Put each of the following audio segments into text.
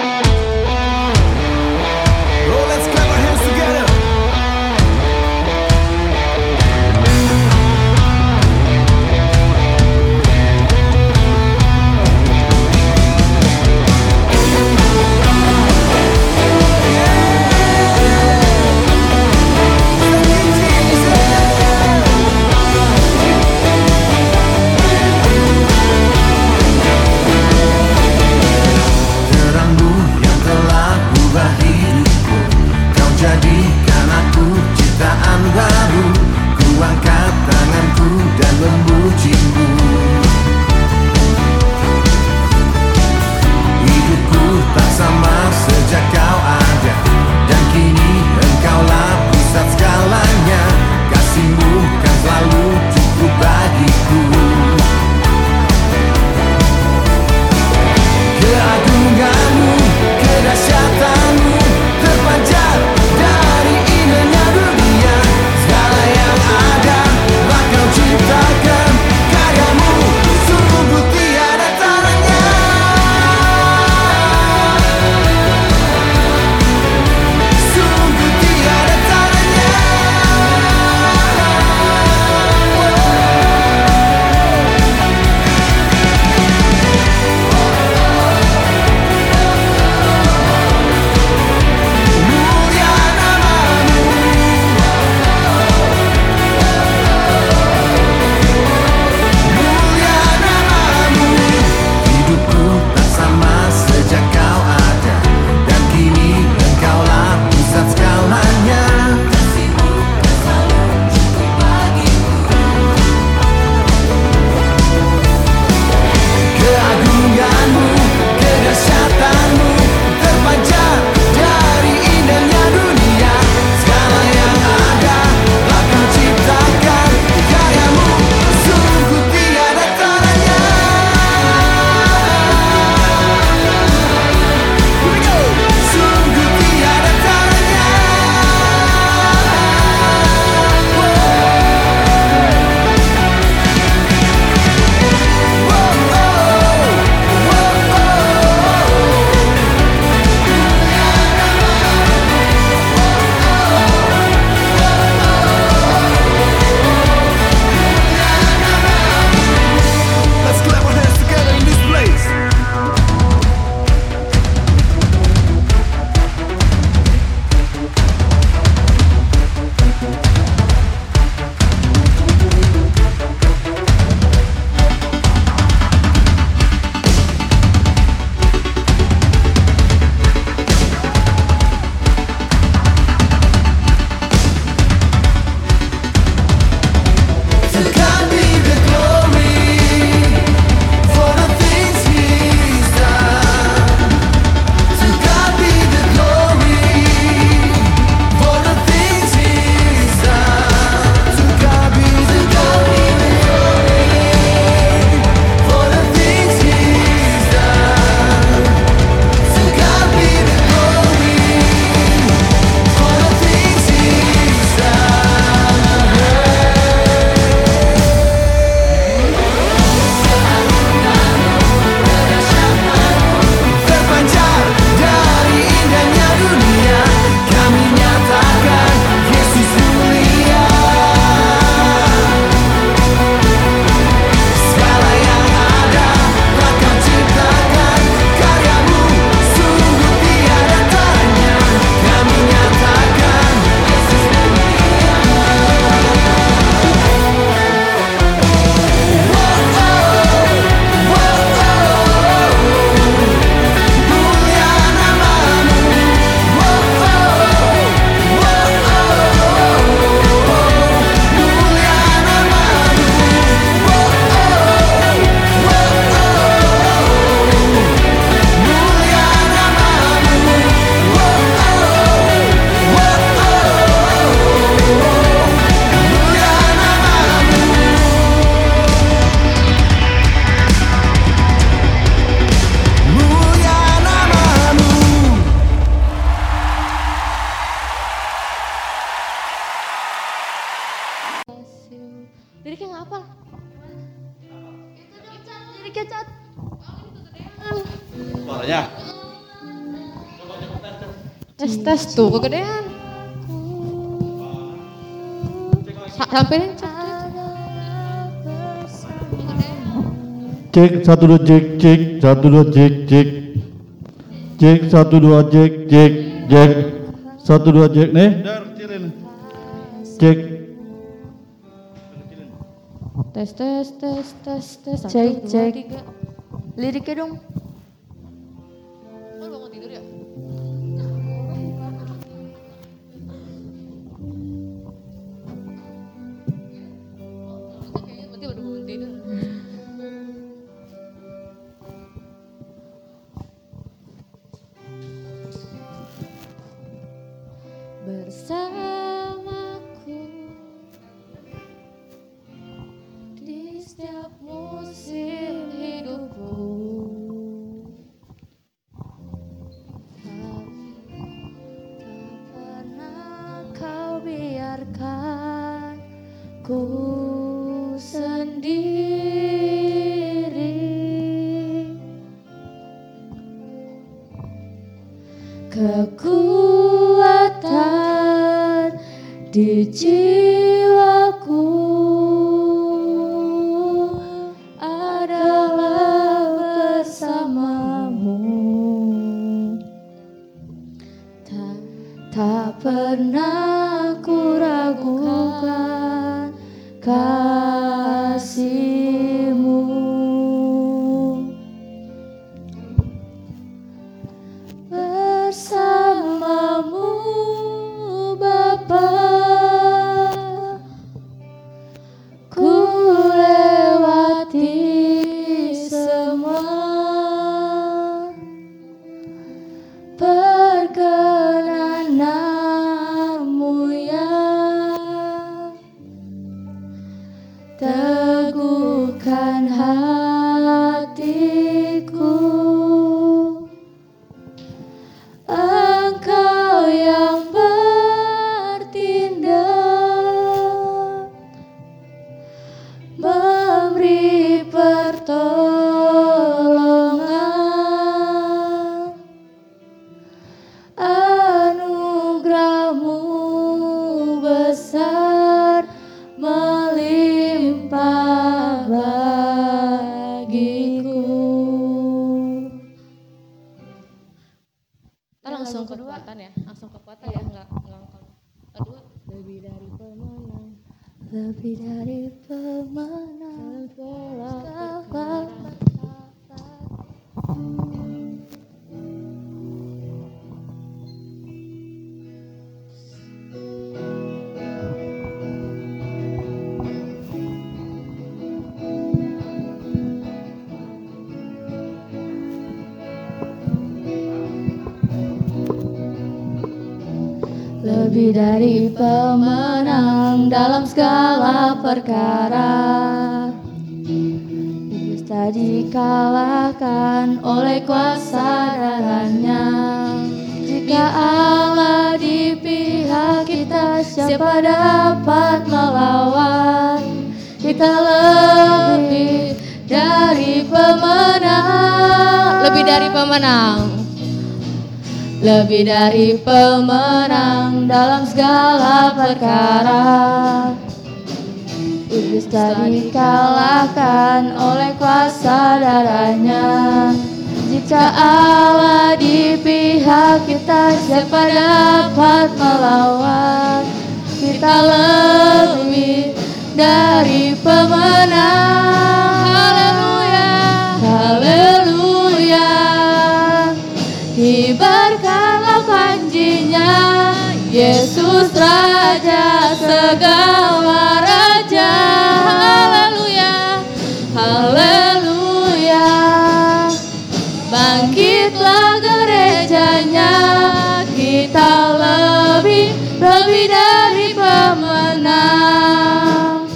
Liriknya nggak hafal. Liriknya Cat. Suaranya. Tes tuh kegedean. Sampai cek 1 2 cek 1 2 cek 1 2 cek 1 2 cek nih cek tes cek liriknya dong. Lu bangun tidur ya? Kayaknya berarti baru bangun tidur. Bersamaku di setiap musim hidupku, tak pernah kau biarkan ku sendiri. Kekuatan di jiwaku adalah bersamamu. Tak pernah ku ragukan kasih-Mu. Bersamamu Bapa, ku lewati semua. Perkenanan-Mu yang teguhkan hatiku. Engkau yang bertindak, memberi pertolongan. Anugerah-Mu besar melimpah bagiku. Langsung kekuatan ya, langsung kekuatan ya, enggak aduh, lebih dari pemenang, lebih dari pemenang, segala lebih dari pemenang dalam segala perkara. Iblis tak dikalahkan oleh kuasa darahnya. Jika Allah di pihak kita, siapa dapat melawan? Kita lebih dari pemenang. Lebih dari pemenang. Lebih dari pemenang dalam segala perkara. Iblis tak dikalahkan oleh kuasa darahnya. Jika Allah di pihak kita, siapa dapat melawan? Kita lebih dari pemenang. Haleluya, haleluya. Kibarkanlah panjinya, Yesus Raja segala raja. Haleluya, haleluya. Bangkitlah gerejanya, kita lebih dari pemenang.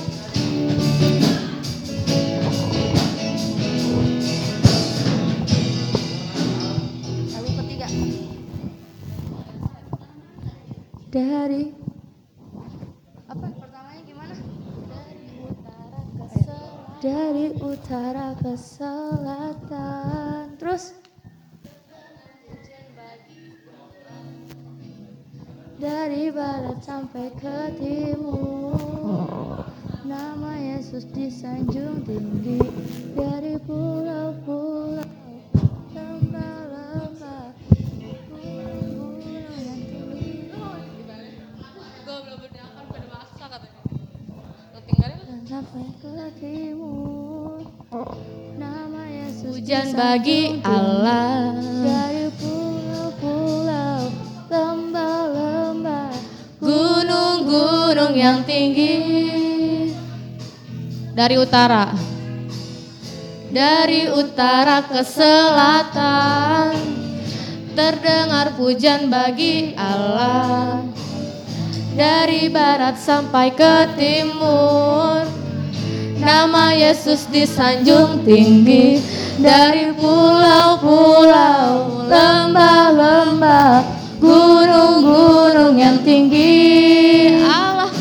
Dari apa pertamanya gimana? Dari utara ke selatan. Terus dari barat sampai ke timur. Nama Yesus disanjung tinggi dari pulau-pulau, lembah-lembah, gunung-gunung yang tinggi. Gue belum berdakan pada maksa katanya. Lo tinggalin Dan sampai ke timur. Nama Yesus hujan bagi disanjung Allah. tinggi dari pulau-pulau, lembah-lembah, Gunung-gunung yang tinggi. Dari utara ke selatan, terdengar pujian bagi Allah. Dari barat sampai ke timur, nama Yesus disanjung tinggi. Dari pulau-pulau, lembah-lembah, gunung-gunung yang tinggi. Allah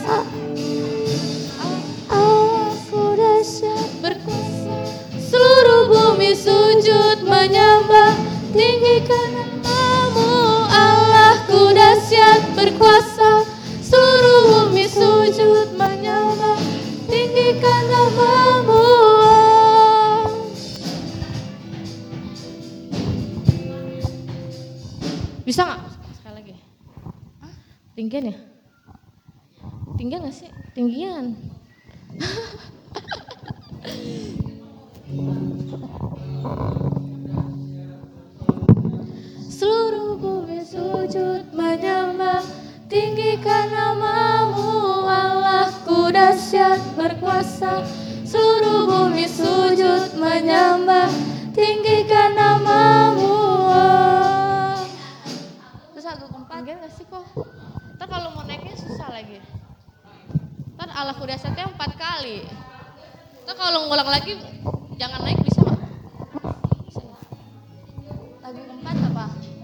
dahsyat berkuasa, seluruh bumi sujud menyembah, tinggikan namamu. Allahku dahsyat berkuasa, seluruh bumi sujud menyembah, tinggikan namamu. Bisa nggak? Sekali lagi. Tinggian ya? Tinggian nggak sih? Tinggian. Seluruh bumi sujud menyembah, tinggikan namamu. Allahku dahsyat berkuasa, seluruh bumi sujud menyembah, tinggikan namamu. Terus lagu keempat gak sih kok? Ntar kalau mau naiknya susah lagi. Ntar Allahku dahsyatnya 4 kali. Ntar kalau ngulang lagi jangan naik, bisa gak? lagu keempat apa?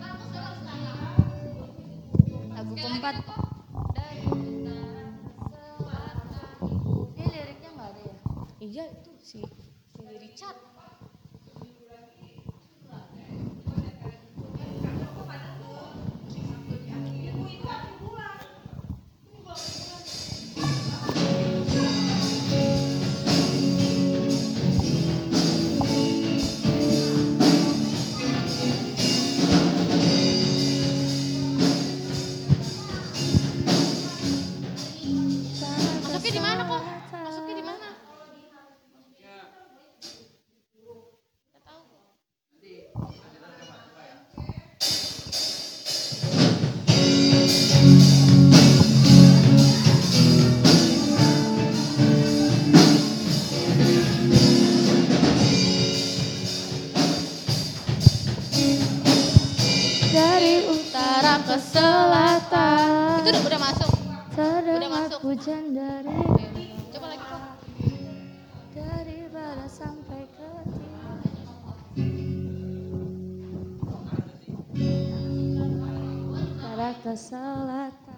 Lagu keempat. Ini liriknya nggak ada ya? Iya itu si Richard. Masuknya di mana kok? Masuknya di mana? Nggak tahu. Dari utara ke selatan. Itu udah masuk. Terdengar masuk. hujan dari Coba lagi kok. dari barat sampai ke timur. Utara ke selatan.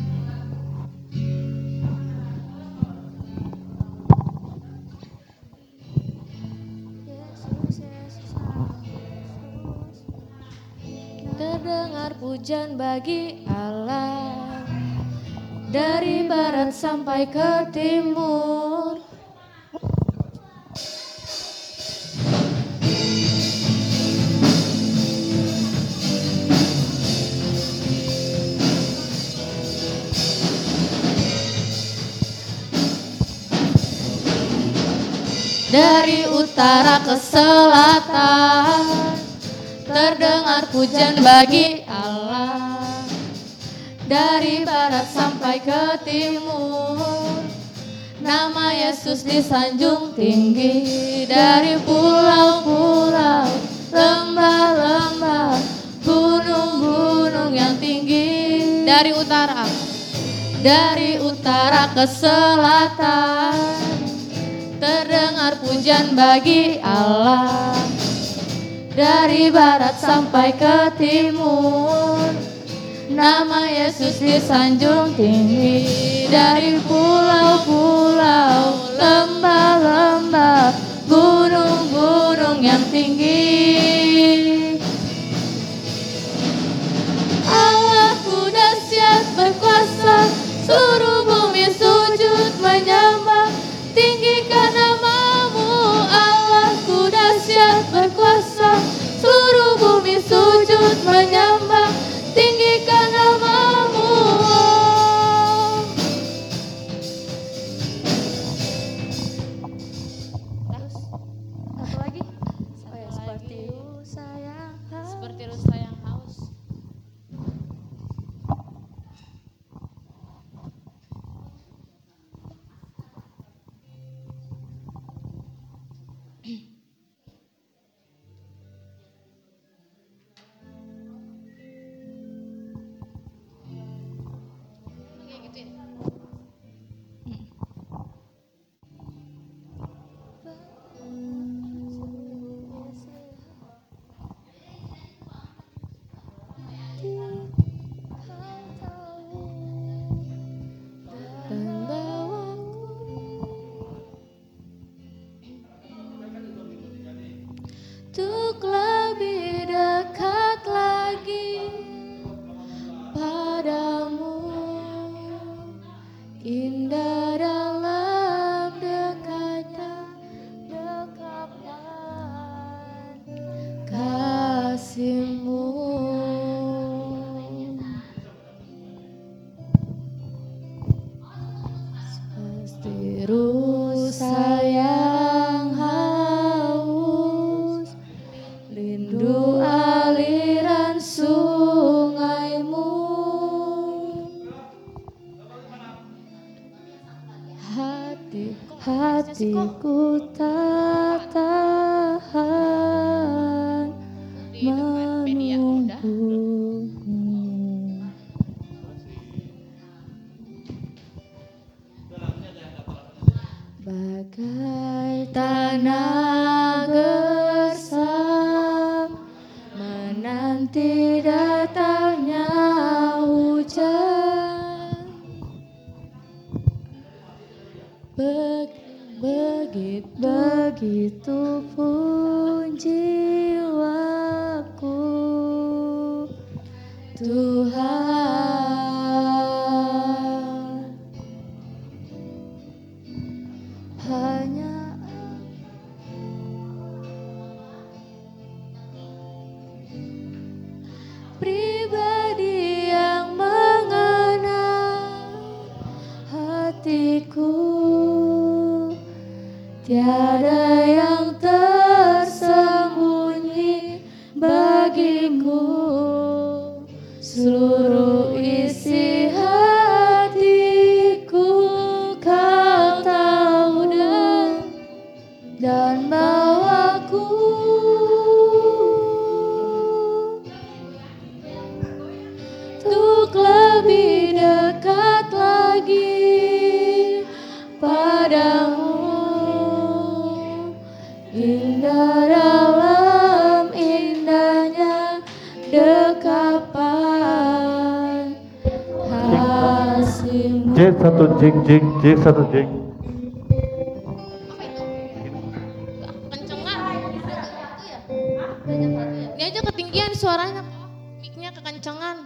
Yesus, Yesus, nama Yesus. Terdengar pujian bagi Allah. Dari barat sampai ke timur. Dari utara ke selatan, terdengar pujian bagi Allah. Dari barat sampai ke timur, nama Yesus disanjung tinggi. Dari pulau-pulau, lembah-lembah, gunung-gunung yang tinggi. Dari utara ke selatan, terdengar pujian bagi Allah. Dari barat sampai ke timur, nama Yesus disanjung tinggi. Dari pulau-pulau, lembah-lembah, gunung-gunung yang tinggi. Allahku dahsyat hati rusa yang haus. Kayak gitu ya. Dan bawaku untuk lebih dekat lagi padamu, indah dalam dekatnya dekapan kasih-Mu. Seperti rusa yang haus, rindu aliran sungai-Mu. Hatiku tak tahan Di depan media udah. menunggumu. Bagai tanah gersam menanti datangnya hujan. Begitu pun jiwaku, Tuhan. Hanya pribadi yang mengenal hatiku, tiada yang tersembunyi bagiku. Seluruh isi hatiku Kau tahu dan bawaku untuk lebih dekat lagi padamu, indah dalam indahnya dekapan kasih-Mu. Cek satu cek satu cek. Kencengan. Ini aja ketinggian suaranya. Mic-nya kekencengan.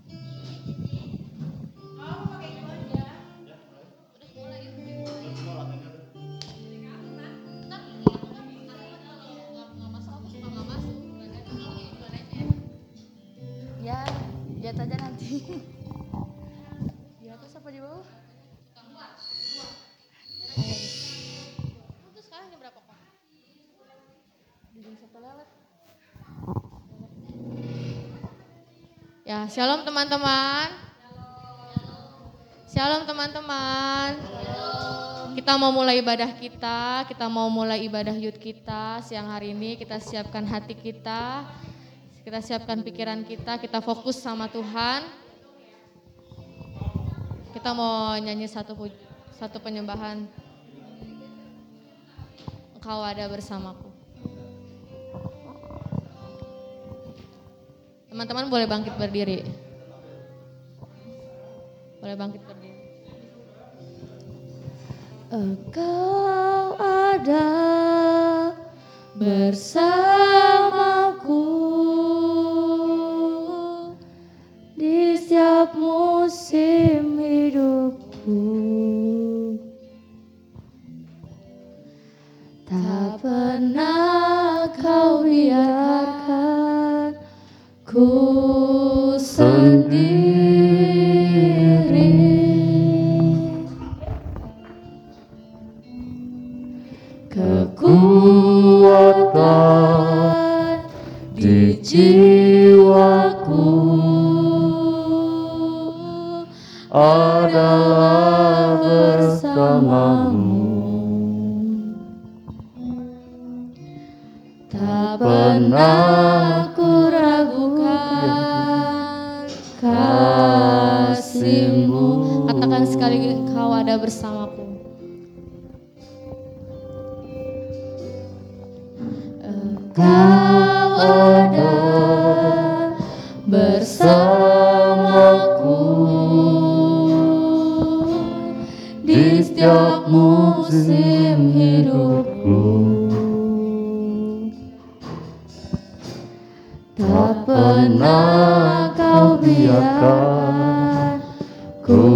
Ya, lihat aja nanti. Di atas apa di bawah? Itu sekarang jam berapa kok? Di jam 1 lewat. Ya, shalom teman-teman. Shalom teman-teman. Kita mau mulai ibadah kita mau mulai ibadah youth kita siang hari ini. Kita siapkan hati kita siapkan pikiran kita fokus sama Tuhan. Kita mau nyanyi satu penyembahan. Engkau ada bersamaku. Teman-teman boleh bangkit berdiri. Boleh bangkit berdiri. Engkau ada bersamaku di setiap musim hidupku. Tak pernah Kau biarkan ku sendiri. Kekuatan di jiwa jiwaku adalah bersamamu. Tak pernah ku ragukan kasih-Mu. Katakan sekali, Kau ada bersamaku. Kau ada bersamaku di setiap musim hidupku. Tak pernah Kau biarkan ku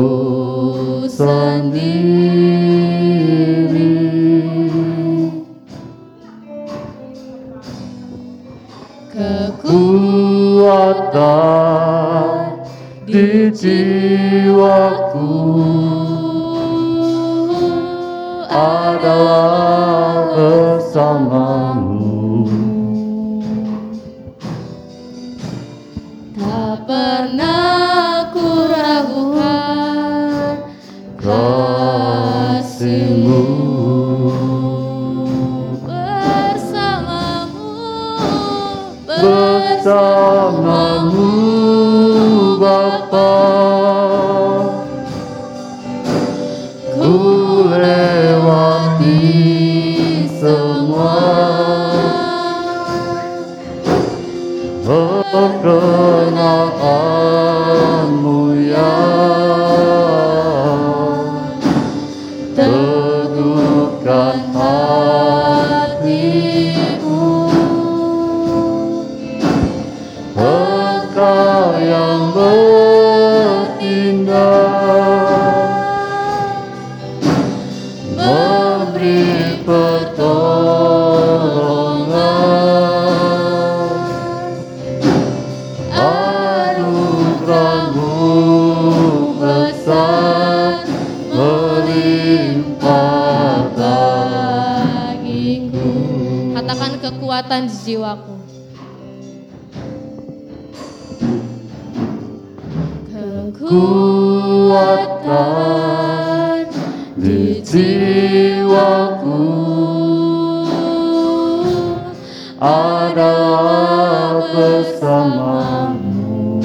sendiri. Kekuatan di jiwaku adalah bersamamu. Tak pernah ku ragukan kasih-Mu. Bersamamu Bapa, ku lewati semua perkenaanmu yang teguhkan hatiku. Engkau yang bertindak, memberi pertolongan, anugerah-Mu besar melimpah bagiku. Katakan kekuatan di jiwaku. Kekuatan di jiwaku adalah bersamamu.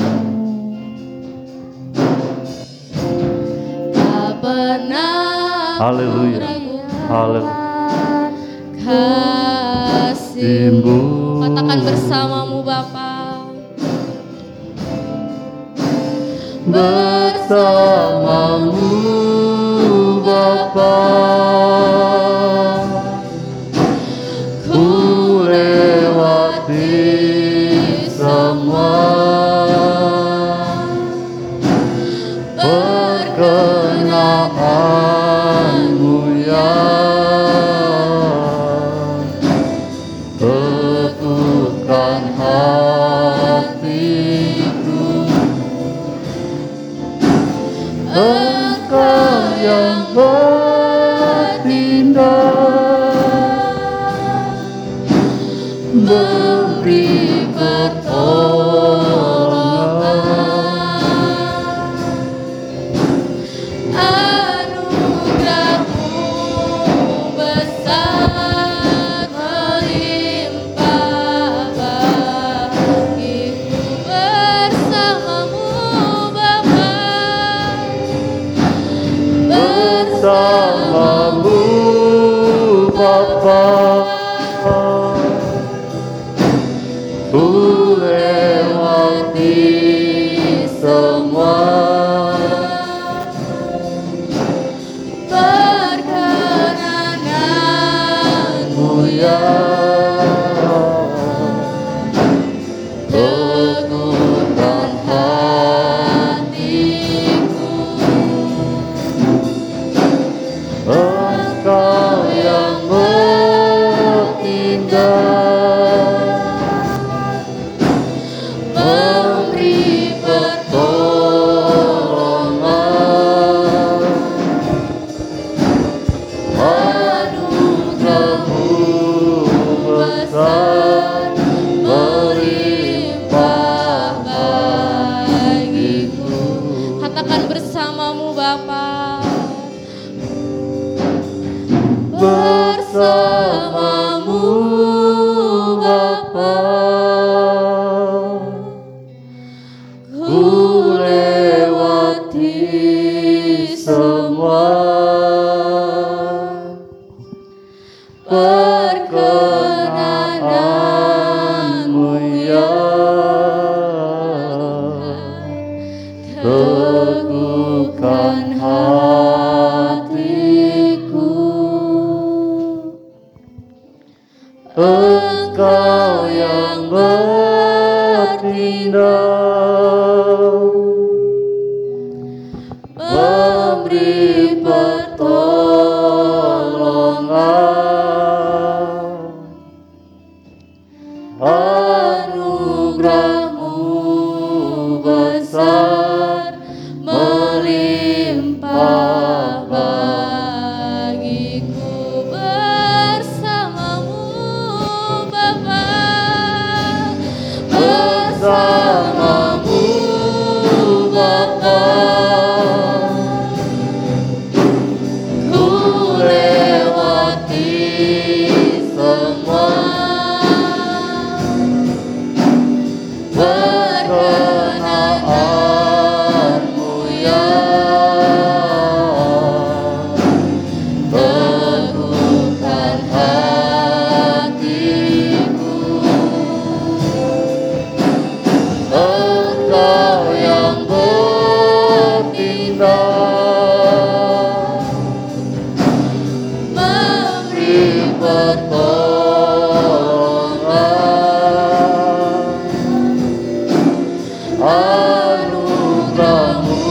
Tak pernah Haleluya. Haleluya. kasih-Mu. Katakan bersamamu Bapa. Bersamamu Bapa, ku lewati semua perkenaanmu yang teguhkan hatiku. Engkau yang ku lewati semua perkenanmu ya teguhkan hatiku. Engkau yang bertindak memberi pertolongan, anugerah-Mu besar melimpah bagiku. Bersama-Mu Bapa, bersama-Mu Bapa, ku lewati semua perkenaan-Mu ya teguhkan hatiku. Engkau yang bertindak memberi pertolongan, anugerah-Mu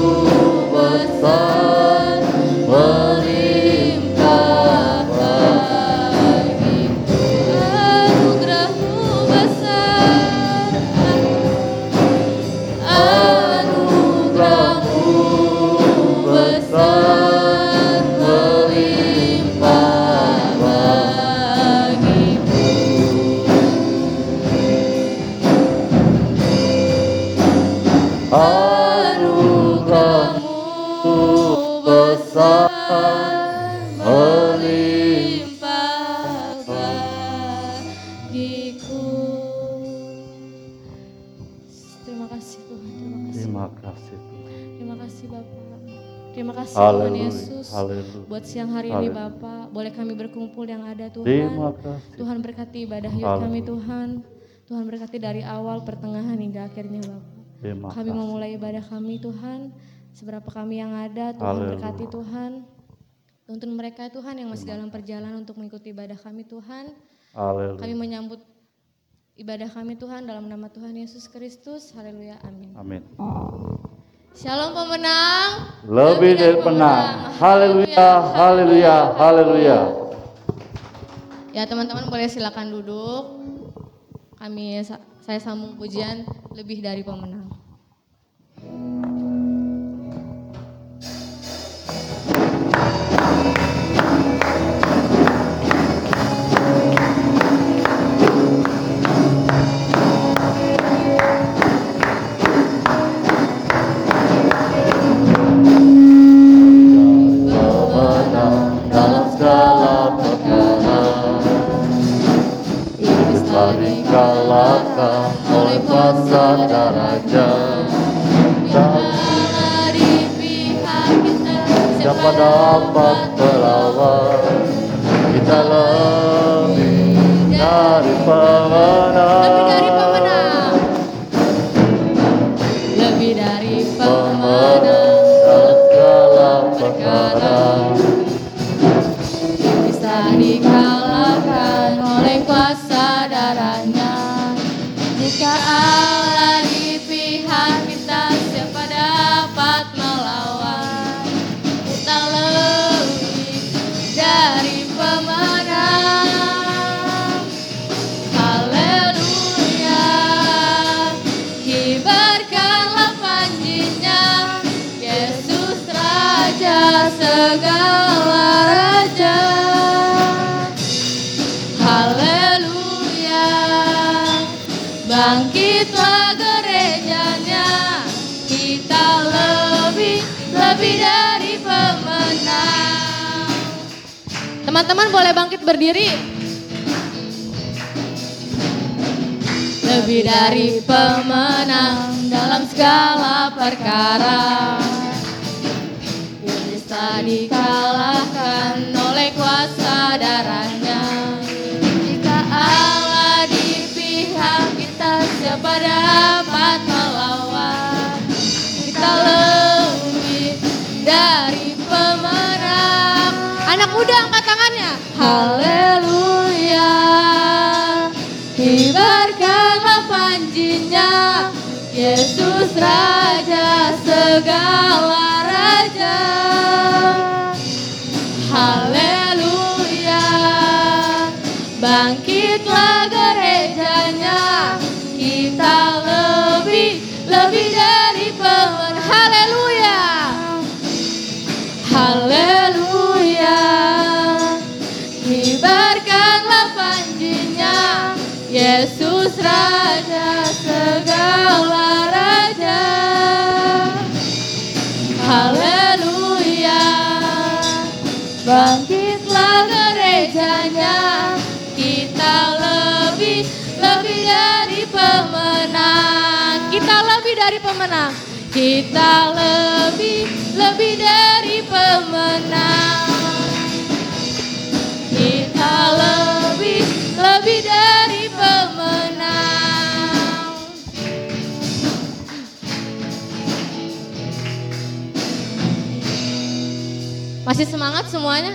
besar melimpah bagiku. Anugerah-Mu besar, anugerah-Mu besar melimpah bagiku. Anugerah-Mu besar melimpah bagiku. Terima kasih Tuhan, terima kasih. Terima kasih. Terima kasih Bapak. Terima kasih Tuhan Haleluya, Yesus. haleluya. Buat siang hari ini Haleluya. Bapak, boleh kami berkumpul yang ada Tuhan. Terima kasih. Tuhan berkati ibadah yud Haleluya. kami Tuhan. Tuhan berkati dari awal, pertengahan hingga akhirnya Bapak. Terima Kami kasih. memulai ibadah kami Tuhan. Seberapa kami yang ada, Tuhan Haleluya. berkati Tuhan. Tuntun mereka Tuhan yang masih dalam perjalanan untuk mengikuti ibadah kami Tuhan. Kami Haleluya. menyambut ibadah kami Tuhan dalam nama Tuhan Yesus Kristus. Haleluya, amin. Amin. Shalom pemenang. Lebih dari penang. Haleluya, haleluya, haleluya. Ya teman-teman boleh silakan duduk. Saya sambung pujian lebih dari pemenang. Pemenang dalam segala perkara, iblis telah dikalahkan oleh kuasa dan raja. Di pihak kita, Siapa dapat melawan? Kita lebih dari pemenang. lebih dari pemenang. Lebih dari pemenang Dalam segala perkara, bisa dikalahkan oleh kuasa darahnya. Jika Allah di pihak kita, siapa dapat melawan? Kita lebih dari pemenang. Haleluya, kibarkanlah panjinya, Yesus Raja segala raja. Haleluya, bangkitlah gerejanya, kita lebih dari pemenang. Teman-teman boleh bangkit berdiri. Lebih dari pemenang dalam segala perkara. Iblis telah dikalahkan oleh kuasa darahnya. Jika Allah di pihak kita, siapa dapat melawan? Kita lebih dari pemenang. Anak muda angkat tangannya. Haleluya. Kibarkanlah panjinya, Yesus Raja segala raja. Haleluya. Bangkitlah gerejanya, kita lebih dari pemenang. Haleluya. Haleluya. Kibarkanlah panjinya, Yesus Raja segala raja. Haleluya. Bangkitlah gerejanya, kita lebih dari pemenang. Kita lebih dari pemenang. Kita lebih dari pemenang. Kita lebih dari pemenang. Masih semangat semuanya?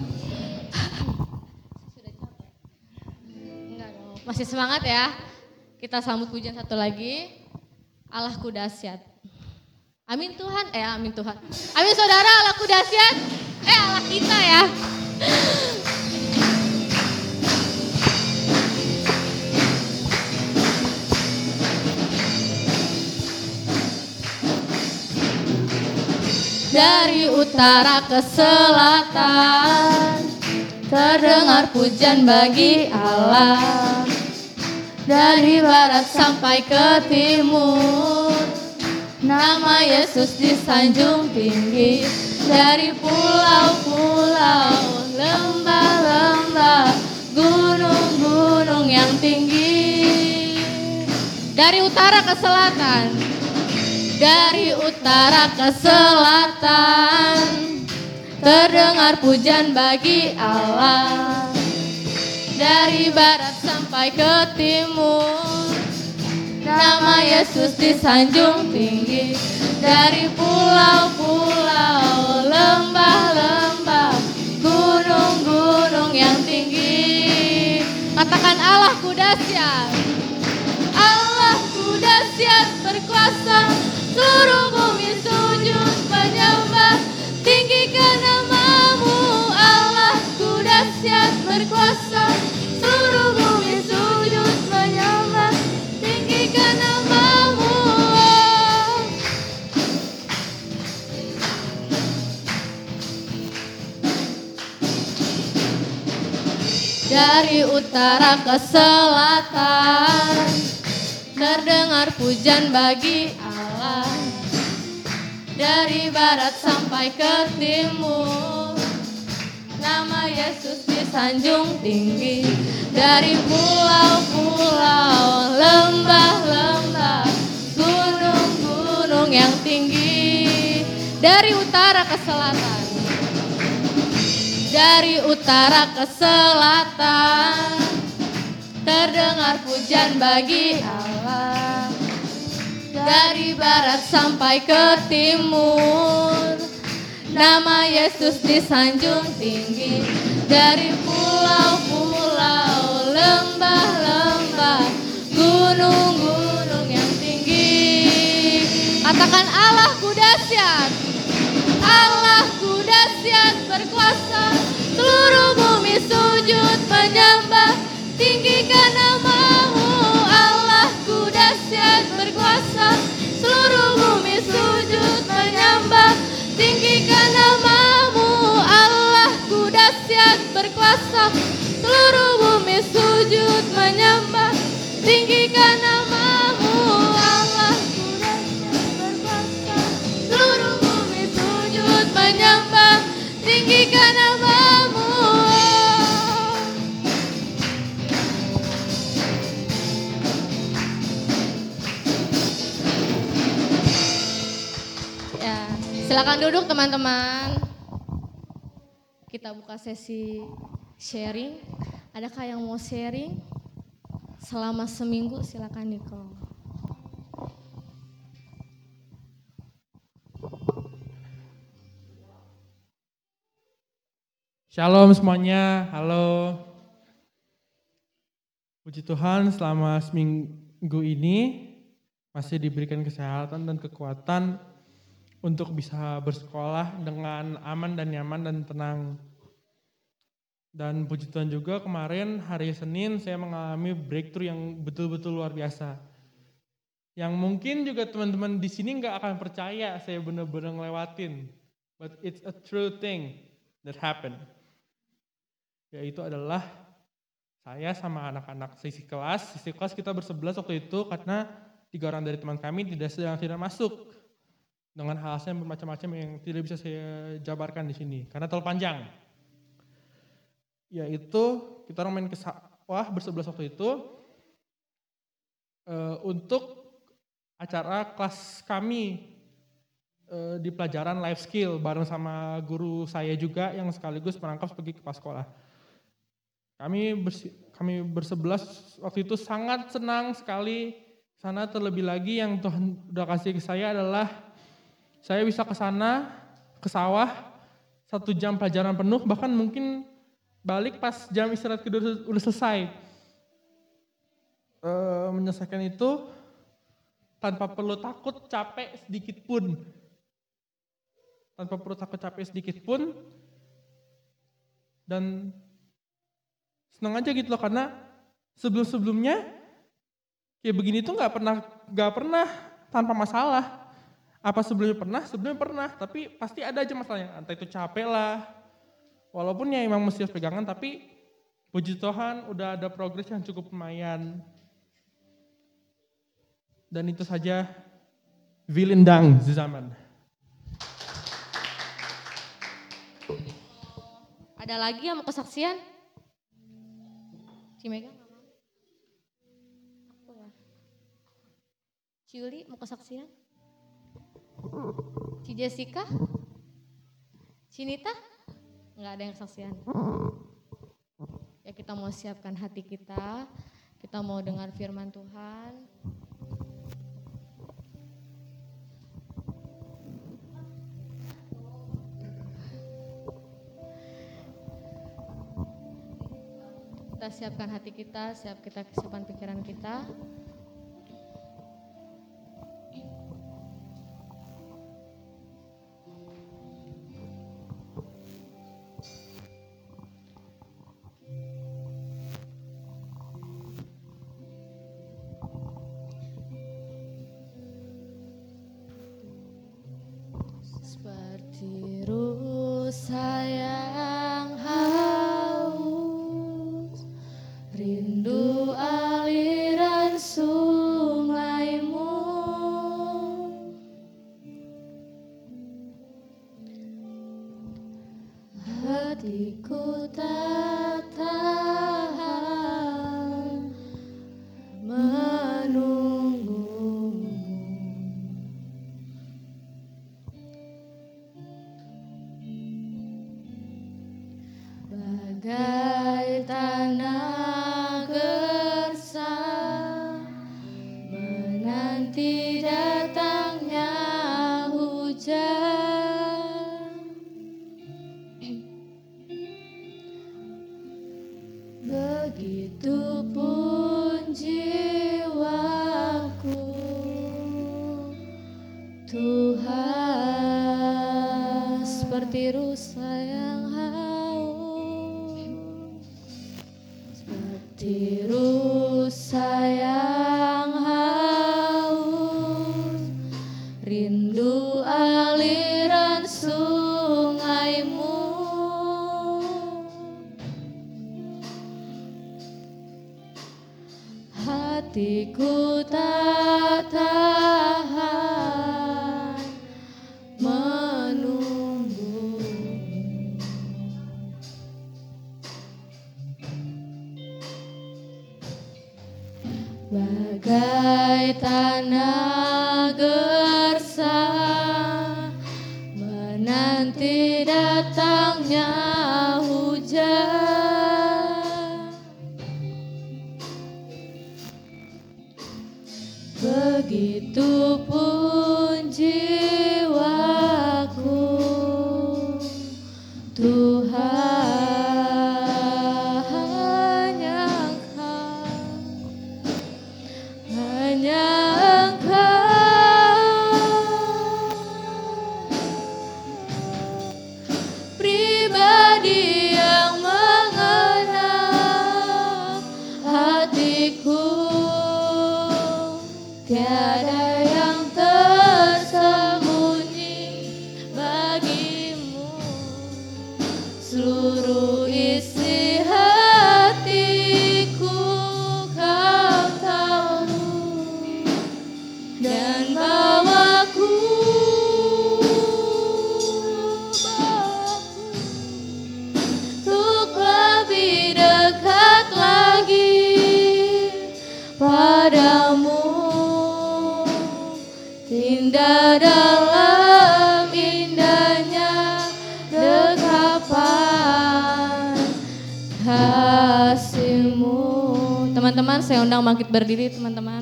Enggak dong. Masih semangat ya? Kita sambut pujian satu lagi. Allahku dahsyat. Amin Tuhan. Amin Tuhan. Amin saudara, Allahku dahsyat. Allah kita ya. Dari utara ke selatan, terdengar pujian bagi Allah. Dari barat sampai ke timur, nama Yesus disanjung tinggi. Dari pulau-pulau, lembah-lembah, gunung-gunung yang tinggi. Dari utara ke selatan, dari utara ke selatan, terdengar pujian bagi Allah. Dari barat sampai ke timur, nama Yesus disanjung tinggi. Dari pulau-pulau, lembah-lembah, gunung-gunung yang tinggi. Katakan Allahku dahsyat. Allahku dahsyat berkuasa, seluruh bumi sujud menyembah, tinggikan namamu. Allahku dahsyat berkuasa, seluruh bumi sujud menyembah, tinggikan namamu. Dari utara ke selatan, terdengar pujian bagi Allah. Dari barat sampai ke timur, nama Yesus disanjung tinggi. Dari pulau-pulau, lembah-lembah, gunung-gunung yang tinggi. Dari utara ke selatan, dari utara ke selatan, terdengar pujian bagi Allah. Dari barat sampai ke timur, nama Yesus disanjung tinggi. Dari pulau-pulau, lembah-lembah, gunung-gunung yang tinggi. Katakan Allahku dahsyat. Allahku dahsyat berkuasa, seluruh bumi sujud menyembah, tinggikan namamu. Allahku dahsyat berkuasa, seluruh bumi sujud menyembah, tinggikan namamu. Allahku dahsyat berkuasa, seluruh bumi sujud menyembah, tinggikan namamu. Allahku dahsyat berkuasa, seluruh bumi sujud menyembah, tinggikan namamu. Silakan duduk teman-teman. Kita buka sesi sharing. Adakah yang mau sharing? Selama seminggu silakan Niko. Shalom semuanya, halo. Puji Tuhan selama seminggu ini masih diberikan kesehatan dan kekuatan untuk bisa bersekolah dengan aman dan nyaman dan tenang. Dan puji Tuhan juga kemarin hari Senin saya mengalami breakthrough yang betul-betul luar biasa. Yang mungkin juga teman-teman di sini nggak akan percaya saya benar-benar ngelewatin. But it's a true thing that happened. Yaitu adalah saya sama anak-anak sisi kelas kita bersebelas waktu itu karena 3 orang dari teman kami tidak masuk dengan hal-hal bermacam-macam yang tidak bisa saya jabarkan di sini karena terlalu panjang. Yaitu kita orang main ke sawah bersebelas waktu itu untuk acara kelas kami di pelajaran life skill bareng sama guru saya juga yang sekaligus merangkap sebagai kepala sekolah. Kami bersebelas waktu itu sangat senang sekali sana, terlebih lagi yang Tuhan udah kasih ke saya adalah saya bisa ke sana, ke sawah 1 jam pelajaran penuh, bahkan mungkin balik pas jam istirahat kedua udah selesai. Menyelesaikan itu tanpa perlu takut capek sedikit pun. Dan senang aja gitu loh karena sebelum-sebelumnya kayak begini tuh nggak pernah tanpa masalah. Apa sebelumnya pernah, tapi pasti ada aja masalahnya. Entah itu capek lah, walaupun ya emang mesti pegangan, tapi puji Tuhan udah ada progres yang cukup lumayan. Dan itu saja, vielen Dank zusammen. Ada lagi yang mau kesaksian? Cimega nggak mau? Aku ya. Cili mau kesaksian? Ci Jessica? Cinita? Nggak ada yang kesaksian. Ya kita mau siapkan hati kita mau dengar firman Tuhan. Kita siapkan hati kita, siapkan pikiran kita. Seperti rusa yang haus, rindu aliran sungaimu, hatiku tak tahan menunggumu. Bagai tanah gersang menanti datangnya hujan, begitupun jiwaku, Tuhan, seperti rusa yang seperti rusa yang haus, rindu aliran sungaimu, hatiku tak tahan menunggu. Bagai tanah gersang pun jiwaku, Tuhan hanya Engkau, hanya pribadi yang mengenal hatiku, tiada yang tersembunyi bagimu, seluruh isi hatiku Kau tahu, dan bawaku untuk lebih dekat lagi padamu, indah dalam indahnya dekapan kasih-Mu. Teman-teman, saya undang bangkit berdiri, teman-teman.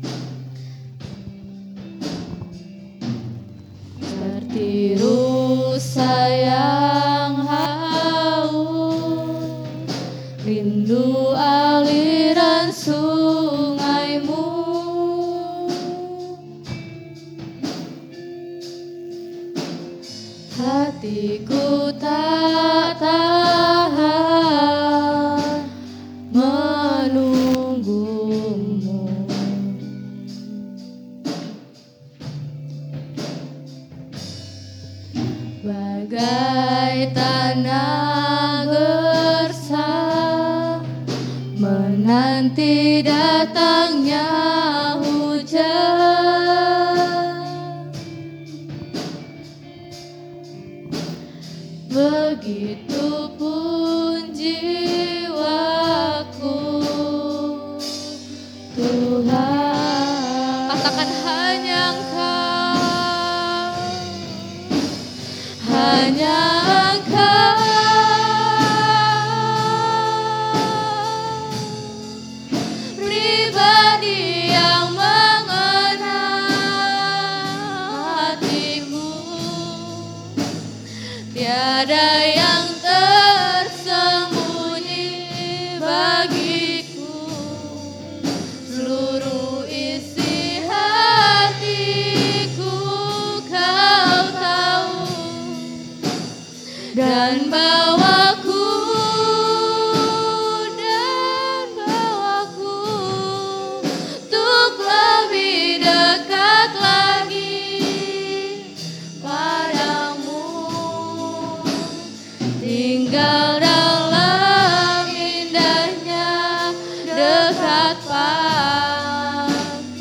Seperti rusa yang haus, rindu aliran sungai-Mu, hatiku tak tahan menunggumu. Bagai tanah gersang menanti datangnya hujan, begitupun jiwaku, Tuhan. Katakan hanya Engkau, hanya Engkau, pribadi yang mengenal hatiku, tiada yang tersembunyi bagiku, seluruh isi hatiku Kau tahu, dan bawaku untuk lebih dekat lagi padamu, tinggal dalam indahnya dekatan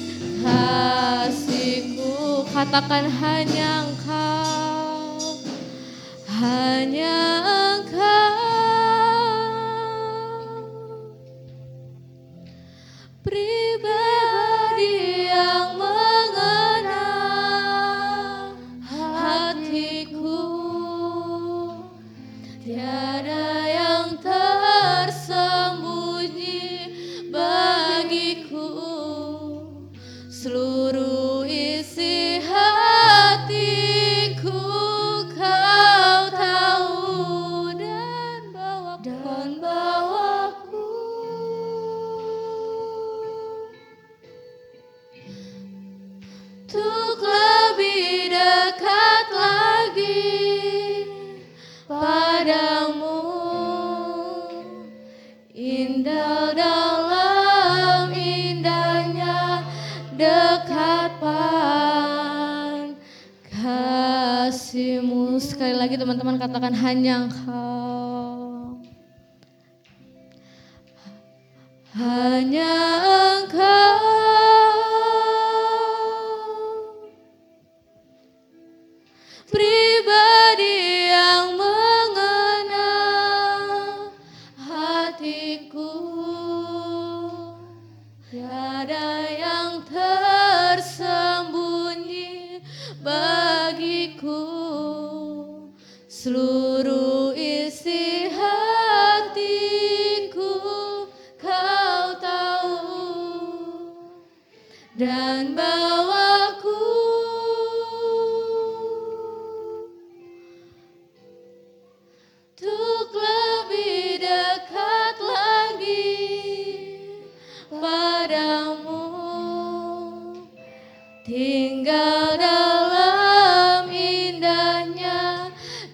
kasih-Ku. Katakan hanya Engkau, hanya Engkau, pribadi yang mengenal hatiku, tiada yang tersembunyi bagiku, seluruh isi hatiku Kau tahu, dan bawaku untuk lebih dekat lagi padamu, indah dalam indahnya dekatan kasih-Mu. Sekali lagi teman-teman, katakan hanya Engkau, hanya Engkau, pribadi yang mengenal hatiku, tiada yang tersembunyi bagiku, seluruh isi hatiku Kau tahu, dan bawaku tinggal dalam indahnya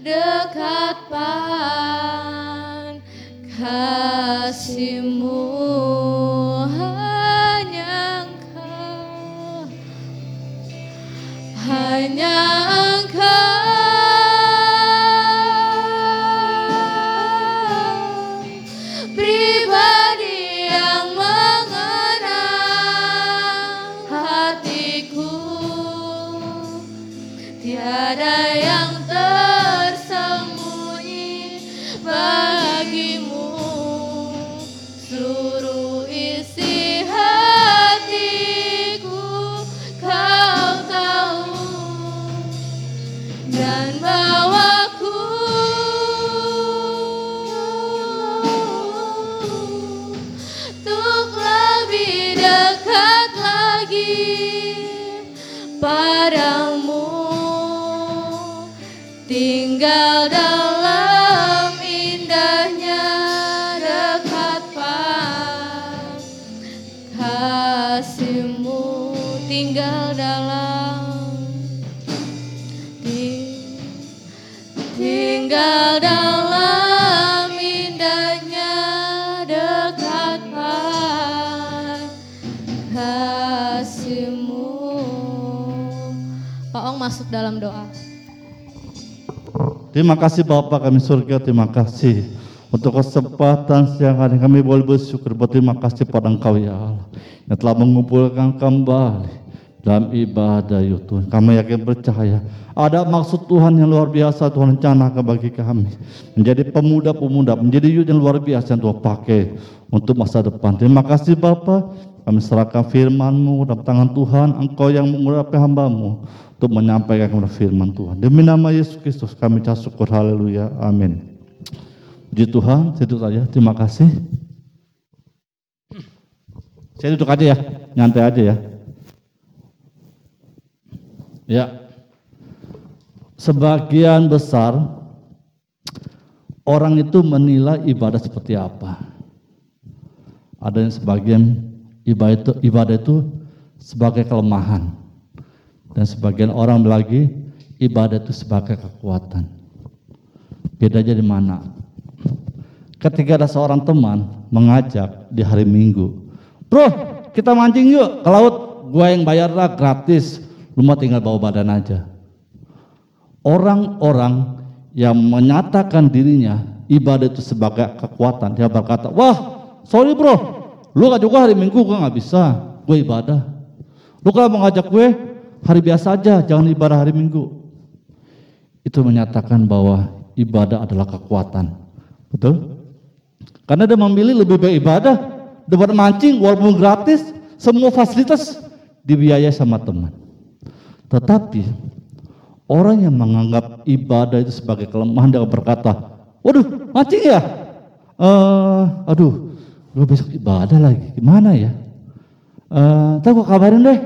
dekatan kasih-Mu, hanya Engkau, hanya Engkau pribadi yang mengenang hatiku, tiada yang tersembunyi bagimu, seluruh isi hatiku Kau tahu, dan bawaku untuk lebih dekat lagi padamu, tinggal dalam indahnya dekatan kasih-Mu, tinggal dalam indahnya dekatan kasih-Mu. Pak Ong masuk dalam doa. Terima kasih Bapa kami surga, terima kasih untuk kesempatan siang hari kami boleh bersyukur. Berterima kasih pada Engkau ya Allah yang telah mengumpulkan kembali dalam ibadah ya Tuhan. Kami yakin percaya ada maksud Tuhan yang luar biasa Tuhan rencanakan bagi kami menjadi pemuda-pemuda, menjadi youth yang luar biasa yang Tuhan pakai untuk masa depan. Terima kasih Bapa, kami serahkan firman-Mu dalam tangan Tuhan. Engkau yang mengurapi hamba-Mu untuk menyampaikan kepada firman Tuhan. Demi nama Yesus Kristus kami ucap syukur, haleluya, amin. Puji Tuhan, saya duduk saja, terima kasih. Saya duduk aja ya, nyantai aja ya. Ya, sebagian besar orang itu menilai ibadah seperti apa. Ada yang sebagian ibadah itu sebagai kelemahan. Dan sebagian orang lagi ibadah itu sebagai kekuatan. Bedanya di mana? Ketika ada seorang teman mengajak di hari Minggu, bro kita mancing yuk ke laut, gua yang bayar lah gratis, lu mah tinggal bawa badan aja. Orang-orang yang menyatakan dirinya ibadah itu sebagai kekuatan, dia berkata, wah sorry bro, lu gak juga hari Minggu, gua gak bisa, gue ibadah. Lu kalau mau ngajak gue hari biasa aja, jangan ibadah hari Minggu. Itu menyatakan bahwa ibadah adalah kekuatan. Betul? Karena dia memilih lebih baik ibadah daripada mancing walaupun gratis, semua fasilitas dibiayai sama teman. Tetapi orang yang menganggap ibadah itu sebagai kelemahan, dia berkata, waduh mancing ya? Aduh, lu besok ibadah lagi, gimana ya? Ntar gua kabarin deh.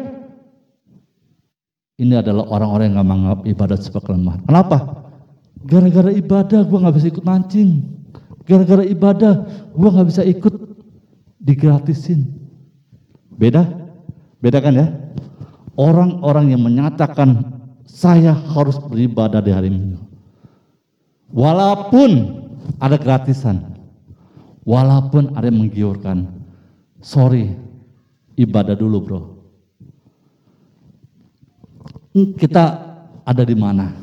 Ini adalah orang-orang yang gak menganggap ibadah sebagai kelemahan. Kenapa? Gara-gara ibadah gue gak bisa ikut mancing. Gara-gara ibadah gue gak bisa ikut digratisin. Beda? Beda kan ya? Orang-orang yang menyatakan saya harus beribadah di hari Minggu. Walaupun ada gratisan. Walaupun ada yang menggiurkan. Sorry, ibadah dulu bro. Kita ada di mana?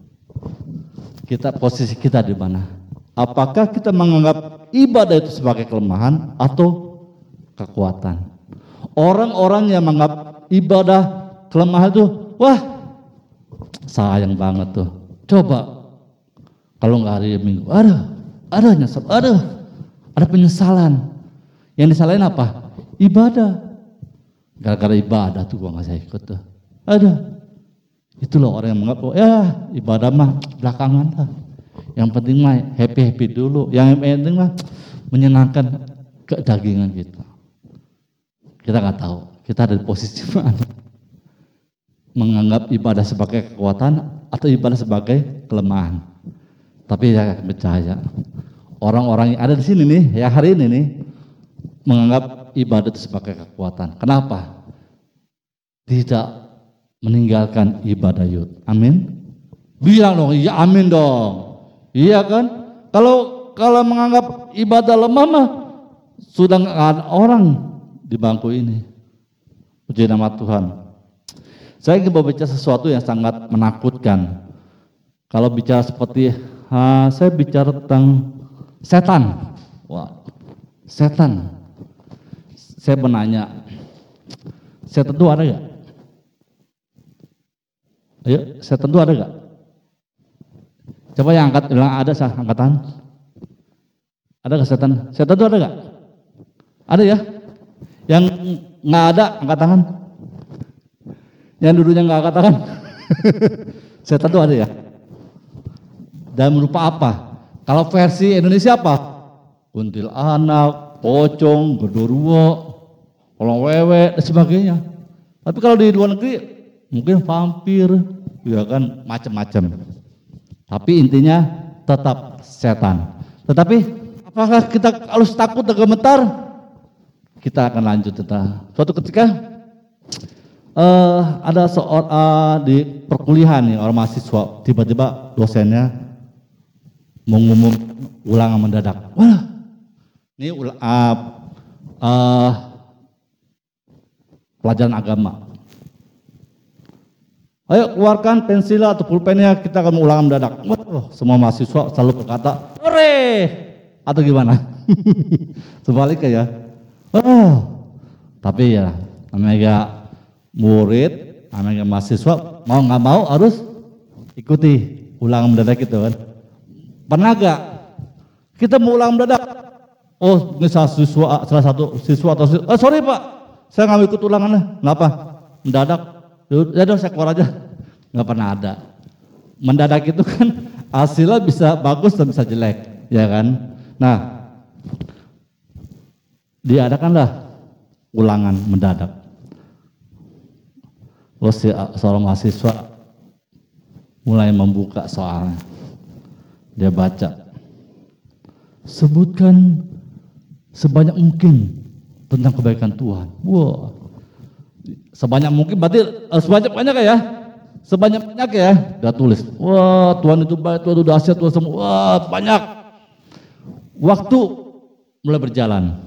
Posisi kita di mana? Apakah kita menganggap ibadah itu sebagai kelemahan atau kekuatan? Orang-orang yang menganggap ibadah kelemahan itu, wah sayang banget tuh. Coba kalau nggak hari Minggu, ada nyesel, ada penyesalan. Yang disalahin apa? Ibadah. Gara-gara ibadah tuh gua nggak bisa ikut tuh. Ada. Itulah orang yang menganggap, ya ibadah mah belakangan lah. Yang penting mah happy dulu. Yang penting mah menyenangkan kedagingan kita. Kita nggak tahu. Kita ada di posisi mana? Menganggap ibadah sebagai kekuatan atau ibadah sebagai kelemahan. Tapi saya percaya orang-orang yang ada di sini nih, ya hari ini nih, menganggap ibadah itu sebagai kekuatan. Kenapa? Tidak meninggalkan ibadah yud. Amin. Bilang dong, iya amin dong. Iya kan? Kalau menganggap ibadah lemah mah sudah nggak ada orang di bangku ini. Puji nama Tuhan. Saya ingin berbicara sesuatu yang sangat menakutkan. Kalau bicara seperti saya bicara tentang setan. Wah, setan. Saya menanya, setan itu ada gak? Ayo, setan itu ada gak? Coba yang angkat, bilang ada sah, angkatan. Ada gak setan? Setan itu ada gak? Ada ya? Yang nggak ada, angkat tangan. Yang dulunya nggak angkat tangan. Setan itu ada ya? Dan berupa apa? Kalau versi Indonesia apa? Kuntilanak, pocong, genderuwo, kolong wewe, dan sebagainya. Tapi kalau di luar negeri mungkin vampir, ya kan macam-macam. Tapi intinya tetap setan. Tetapi apakah kita harus takut dan gemetar? Kita akan lanjut tentang suatu ketika ada seorang di perkuliahan nih, orang mahasiswa, tiba-tiba dosennya mengumum ulangan mendadak. Wah, ini pelajaran agama. Ayo keluarkan pensil atau pulpennya, kita akan ulangan mendadak. Wah, semua mahasiswa selalu berkata, "Hore!" Atau gimana? Sebaliknya ya. Tapi ya namanya murid, namanya mahasiswa, mau nggak mau harus ikuti ulangan mendadak itu kan. Pernah gak kita mau ulangan mendadak? Oh, misal salah satu siswa atau sorry Pak, saya nggak ikut ulangannya. Kenapa? Mendadak. Ya udah saya keluar aja. Nggak pernah ada. Mendadak itu kan hasilnya bisa bagus dan bisa jelek, ya kan? Nah, diadakanlah ulangan mendadak. Lalu seorang mahasiswa mulai membuka soalnya. Dia baca, sebutkan sebanyak mungkin tentang kebaikan Tuhan. Wah, sebanyak mungkin berarti sebanyak-banyak ya? Sebanyak-banyak ya? Dia tulis, wah Tuhan itu baik, Tuhan itu dahsyat, Tuhan semua, wah banyak. Waktu mulai berjalan.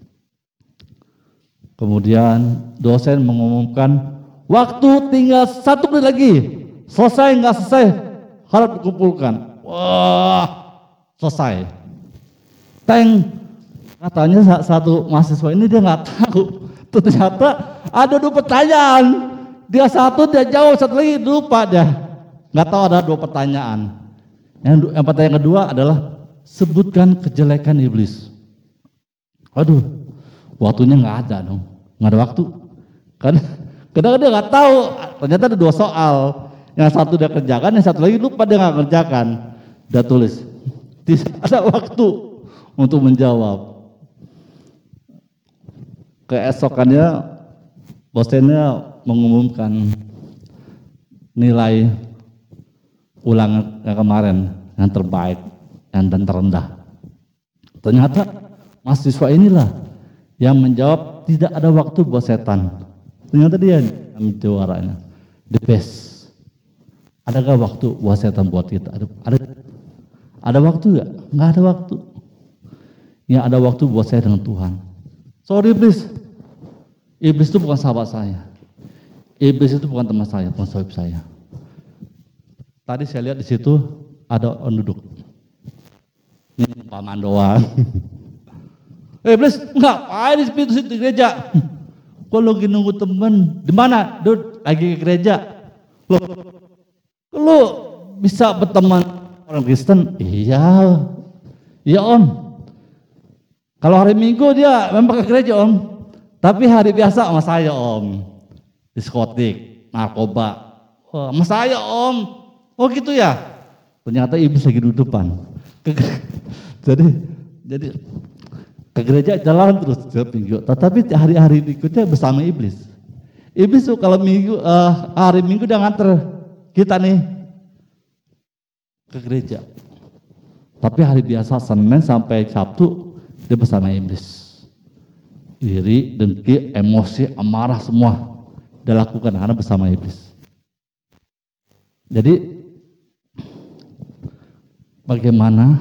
Kemudian dosen mengumumkan waktu tinggal 1 menit lagi, selesai nggak selesai harap dikumpulkan. Wah, selesai. Katanya satu mahasiswa ini dia nggak tahu, ternyata ada 2 pertanyaan. Dia satu dia jawab, satu lagi lupa dia, nggak tahu ada 2 pertanyaan. Yang pertanyaan kedua adalah sebutkan kejelekan iblis. Aduh, waktunya nggak ada dong, nggak ada waktu. Kan kadang dia nggak tahu, ternyata ada 2 soal. Yang satu dia kerjakan, yang satu lagi lupa dia nggak kerjakan. Dia tulis, tidak ada waktu untuk menjawab. Keesokannya dosennya mengumumkan nilai ulangan yang kemarin yang terbaik dan terendah. Ternyata mahasiswa inilah yang menjawab tidak ada waktu buat setan. Ternyata dia yang juaranya, the best. Adakah waktu buat setan buat kita? Ada waktu nggak? Nggak ada waktu. Yang ada waktu buat saya dengan Tuhan. Sorry iblis. Iblis itu bukan sahabat saya. Iblis itu bukan teman saya, bukan sahabat saya. Tadi saya lihat di situ ada orang duduk. Ini paman doang. Iblis ngapain di pintu di gereja? Kok lagi nunggu temen? Di mana? Dud, lagi ke gereja. Lu bisa berteman orang Kristen? Iya. Iya Om. Kalau hari Minggu dia memang ke gereja Om. Tapi hari biasa sama saya Om. Diskotik, narkoba. Oh, sama saya Om. Oh gitu ya. Ternyata iblis lagi duduk depan. Jadi ke gereja jalan terus setiap minggu. Tetapi hari-hari berikutnya bersama iblis. Iblis tuh kalau hari Minggu dia nganter kita nih ke gereja. Tapi hari biasa Senin sampai Sabtu dia bersama iblis. Iri, dengki, emosi, amarah semua dia lakukan karena bersama iblis. Jadi bagaimana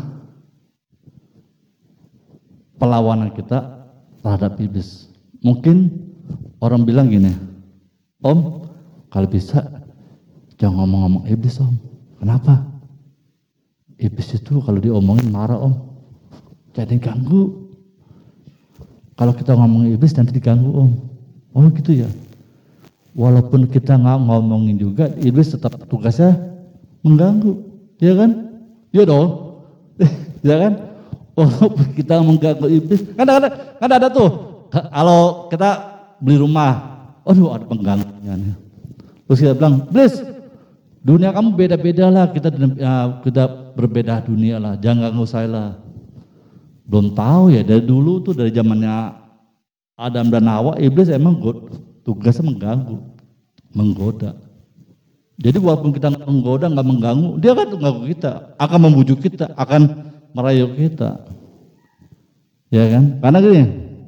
perlawanan kita terhadap iblis? Mungkin orang bilang gini, Om, kalau bisa jangan ngomong-ngomong iblis, Om. Kenapa? Iblis itu kalau diomongin marah, Om. Jadi ganggu. Kalau kita ngomong iblis nanti diganggu, Om. Oh gitu ya. Walaupun kita nggak ngomongin juga, iblis tetap tugasnya mengganggu, ya kan? Ya dong, ya kan? Walaupun kita mengganggu iblis, kan ada tuh. Kalau kita beli rumah, aduh ada pengganggunya nih. Terus kita bilang, iblis, dunia kamu beda-beda lah, kita berbeda dunia lah, jangan ganggu saya lah. Belum tahu ya, dari dulu tuh dari zamannya Adam dan Hawa, iblis emang tugasnya mengganggu, menggoda. Jadi walaupun kita nggak menggoda, nggak mengganggu, dia kan mengganggu kita, akan membujuk kita, akan merayu kita, ya kan? Karena gini,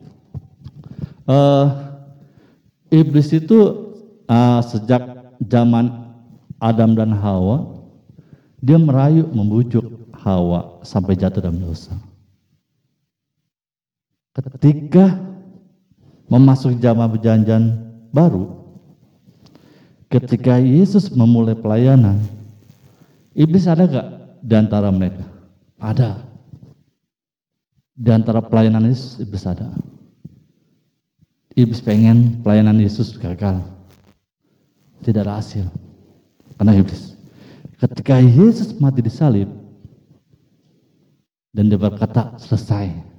iblis itu sejak zaman Adam dan Hawa, dia merayu, membujuk Hawa sampai jatuh dalam dosa. Ketika memasuki zaman perjanjian baru, ketika Yesus memulai pelayanan, iblis ada gak di antara mereka? Ada. Di antara pelayanan Yesus, iblis ada. Iblis pengen pelayanan Yesus gagal, tidak ada hasil. Karena iblis, ketika Yesus mati di salib, dan dia berkata, selesai.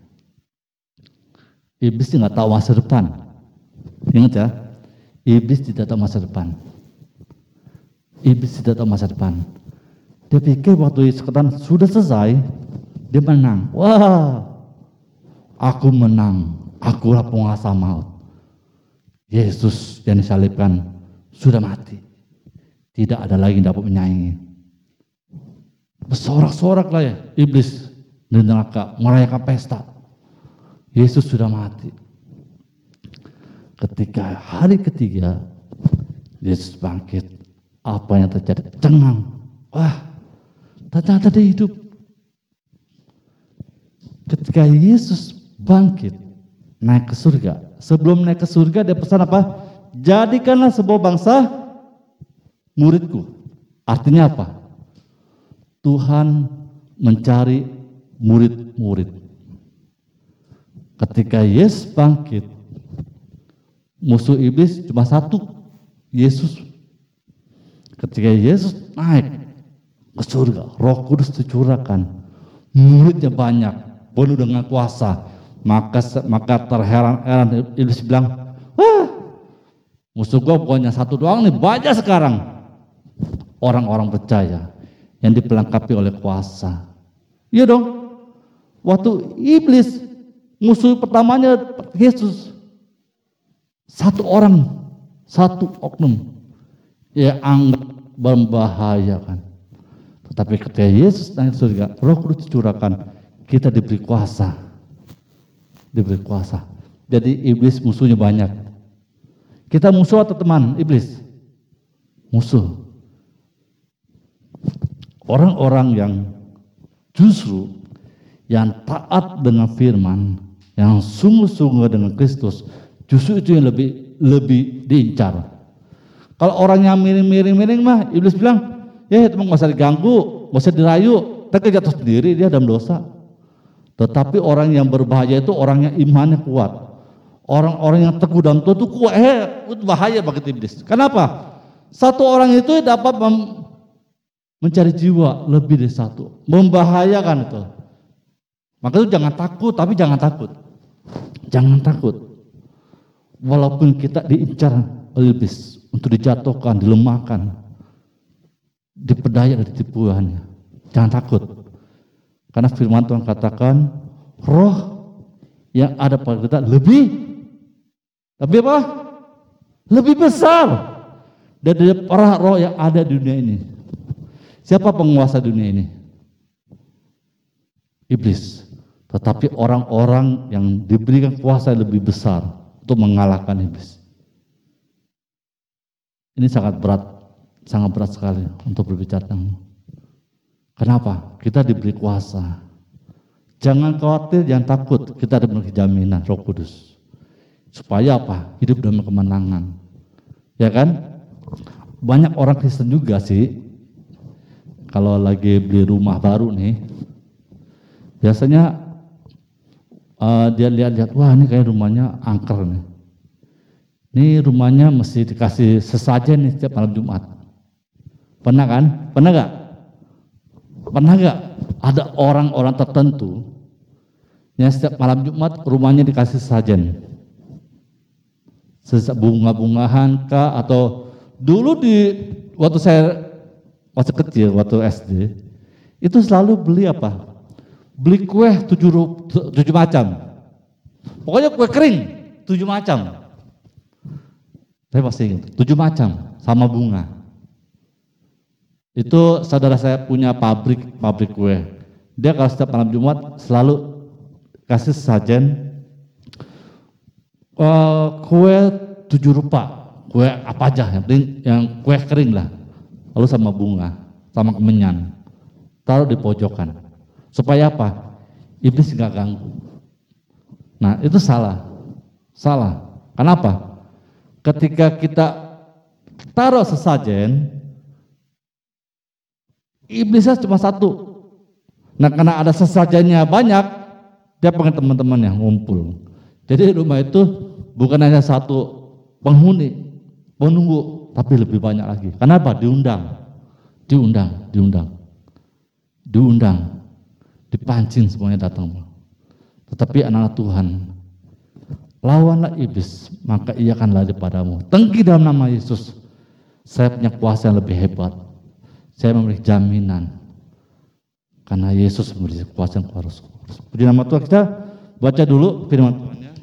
Iblis tidak tahu masa depan. Ingat ya, iblis tidak tahu masa depan. Iblis tidak tahu masa depan. Dia pikir waktu sekarang sudah selesai, dia menang. Wah, aku menang. Akulah penguasa maut. Yesus yang disalibkan sudah mati. Tidak ada lagi yang dapat menyaingi. Bersorak-sorak lah ya iblis di neraka, merayakan pesta. Yesus sudah mati. Ketika hari ketiga Yesus bangkit, apa yang terjadi? Cengang. Wah, ternyata dia hidup. Ketika Yesus bangkit, naik ke surga. Sebelum naik ke surga dia pesan apa? Jadikanlah sebuah bangsa muridku. Artinya apa? Tuhan mencari murid-murid. Ketika Yesus bangkit, musuh iblis cuma satu, Yesus. Ketika Yesus naik ke surga, Roh Kudus dicurahkan, muridnya banyak, penuh dengan kuasa. Maka terheran-heran iblis bilang, wah, musuh gua bukannya satu doang nih, banyak sekarang. Orang-orang percaya yang dipelengkapi oleh kuasa. Iya dong, waktu iblis musuh pertamanya Yesus, satu orang, satu oknum, ya anggap membahayakan. Tetapi ketika Yesus naik surga, Roh Kudus dicurahkan, kita diberi kuasa, diberi kuasa. Jadi iblis musuhnya banyak. Kita musuh atau teman iblis? Musuh. Orang-orang yang justru yang taat dengan firman, yang sungguh-sungguh dengan Kristus, justru itu yang lebih diincar. Kalau orang yang miring-miring mah, iblis bilang, ya teman nggak usah diganggu, nggak usah dirayu, mereka jatuh sendiri, dia dalam dosa. Tetapi orang yang berbahaya itu orang yang imannya kuat, orang-orang yang teguh dalam Tuhan itu kuat, itu bahaya bagi iblis. Kenapa? Satu orang itu dapat mencari jiwa lebih dari satu, membahayakan itu. Maka itu jangan takut, tapi jangan takut. Jangan takut. Walaupun kita diincar oleh iblis untuk dijatuhkan, dilemahkan, dipedaya dari tipuannya. Jangan takut. Karena firman Tuhan katakan, roh yang ada pada kita lebih apa? Lebih besar dari para roh yang ada di dunia ini. Siapa penguasa dunia ini? Iblis. Tetapi orang-orang yang diberikan kuasa yang lebih besar untuk mengalahkan iblis. Ini sangat berat sangat berat sekali untuk berbicara tentang. Kenapa? Kita diberi kuasa. Jangan khawatir, jangan takut. Kita ada jaminan Roh Kudus. Supaya apa? Hidup dalam kemenangan. Ya kan? Banyak orang Kristen juga sih, kalau lagi beli rumah baru nih, biasanya dia lihat-lihat, wah ini kayak rumahnya angker nih. Ini rumahnya mesti dikasih sesajen nih setiap malam Jumat. Pernah kan? Pernah gak? Pernah gak? Ada orang-orang tertentu yang setiap malam Jumat rumahnya dikasih sesajen. Bunga-bungahan kah, atau dulu waktu saya masih kecil, waktu SD, itu selalu beli apa? Beli kue 7 macam. Pokoknya kue kering 7 macam. Saya masih ingat, 7 macam sama bunga. Itu saudara saya punya pabrik kue. Dia kalau setiap malam Jumat selalu kasih sajen kue 7 rupa, kue apa aja, yang penting yang kue kering lah. Lalu sama bunga, sama kemenyan, taruh di pojokan. Supaya apa? Iblis nggak ganggu. Nah itu salah. Kenapa? Ketika kita taruh sesajen, iblisnya cuma satu. Nah karena ada sesajennya banyak, dia pengen teman-teman yang ngumpul. Jadi rumah itu bukan hanya satu penunggu, tapi lebih banyak lagi. Kenapa? Diundang, dipancing semuanya datang. Tetapi anak-anak Tuhan, lawanlah iblis, maka ia akan lari padamu. Tengki dalam nama Yesus. Saya punya kuasa yang lebih hebat. Saya memiliki jaminan. Karena Yesus memberi kuasa yang kuasa. Puji nama Tuhan. Kita baca dulu firman Tuhannya.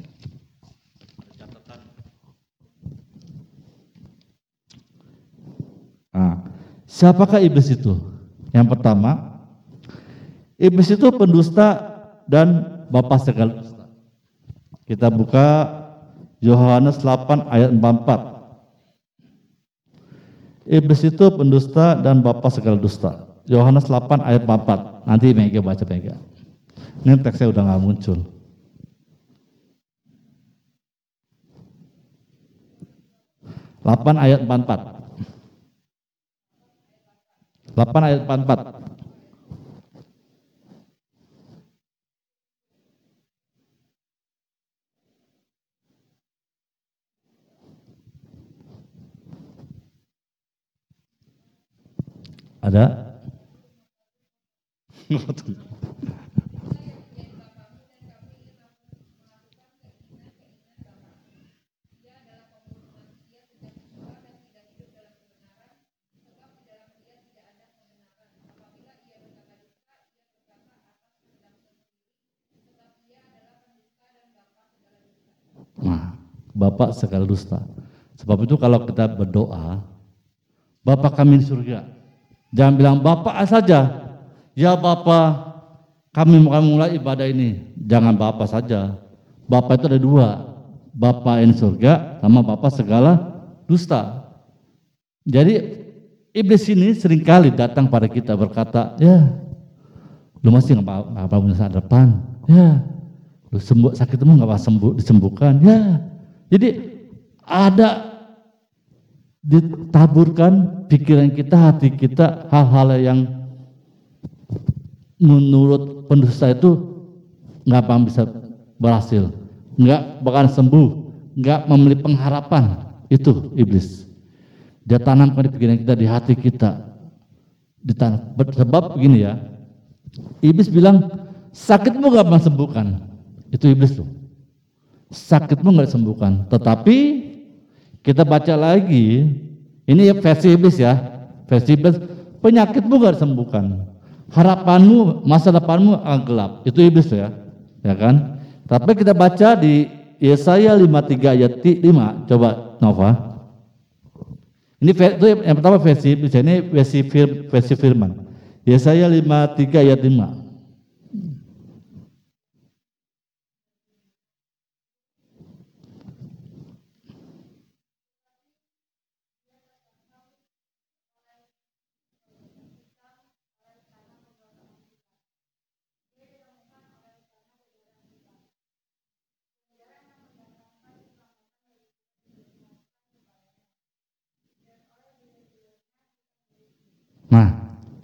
Nah, siapakah iblis itu? Yang pertama, iblis itu pendusta dan bapa segala dusta. Kita buka Yohanes 8 ayat 44. Iblis itu pendusta dan bapa segala dusta. Yohanes 8 ayat 44. Nanti Mega baca Mega. Ini teksnya udah nggak muncul. 8 ayat 44. 8 ayat 44. Ada? Nah, Bapak segala dusta. Sebab itu kalau kita berdoa, Bapak kami di surga, jangan bilang Bapak saja. Ya Bapak, kami mau mulai ibadah ini. Jangan Bapak saja. Bapak itu ada dua. Bapak yang di surga sama Bapak segala dusta. Jadi iblis ini seringkali datang pada kita berkata, ya lu masih nggak punya masa depan. Ya, lu sakitmu nggak apa disembuhkan. Ya, jadi ada ditaburkan pikiran kita, hati kita, hal-hal yang menurut pendusta itu nggak akan bisa berhasil, nggak bakal sembuh, nggak memiliki pengharapan. Itu iblis. Dia tanamkan di pikiran kita, di hati kita. Sebab begini ya, iblis bilang sakitmu nggak akan sembuhkan. Itu iblis loh. Sakitmu nggak disembuhkan. Tetapi kita baca lagi, ini ya versi iblis ya, versi iblis, penyakitmu nggak disembuhkan. Harapanmu, masa depanmu akan gelap. Itu iblis ya, ya kan? Tapi kita baca di Yesaya 53 ayat 5, coba Nova. Ini itu yang pertama versi iblis, ini versi firman. Yesaya 53 ayat 5.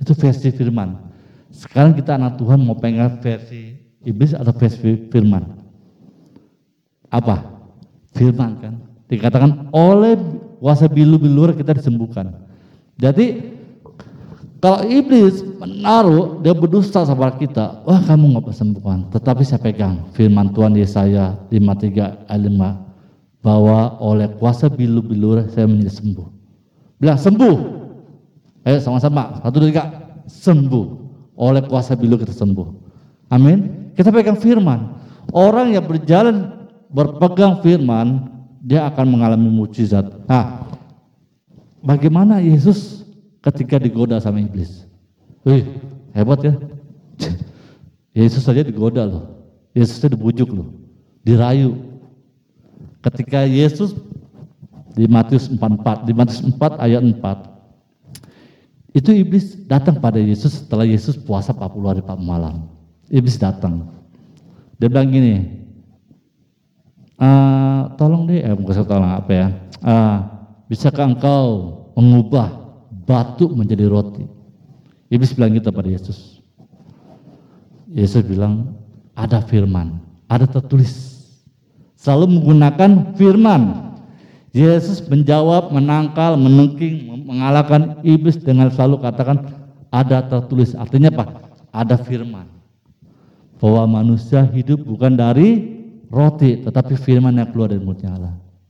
Itu versi firman. Sekarang kita anak Tuhan mau pengen versi iblis atau versi firman? Apa? Firman kan? Dikatakan oleh kuasa bilu-bilur kita disembuhkan. Jadi kalau iblis menaruh, dia berdusta sama kita, wah kamu nggak kesembuhan. Tetapi saya pegang firman Tuhan Yesaya 53 ayat 5, bahwa oleh kuasa bilu-bilur saya menjadi sembuh. Bilang sembuh. Ayo sama-sama, 1, 2, 3, sembuh. Oleh kuasa bilu kita sembuh. Amin. Kita pegang firman. Orang yang berjalan berpegang firman, dia akan mengalami mukjizat. Nah, bagaimana Yesus ketika digoda sama iblis? Wih, hebat ya. Yesus saja digoda loh. Yesus saja dibujuk loh. Dirayu. Ketika Yesus di Matius 4 ayat 4, itu iblis datang pada Yesus setelah Yesus puasa 40 hari 40 malam. Iblis datang. Dia bilang gini, tolong deh, bukan tolong apa ya, bisakah engkau mengubah batu menjadi roti? Iblis bilang gitu pada Yesus. Yesus bilang, ada firman, ada tertulis. Selalu menggunakan firman. Yesus menjawab, menangkal, menengking, mengalahkan iblis dengan selalu katakan ada tertulis. Artinya apa? Ada firman. Bahwa manusia hidup bukan dari roti, tetapi firman yang keluar dari mulutnya Allah.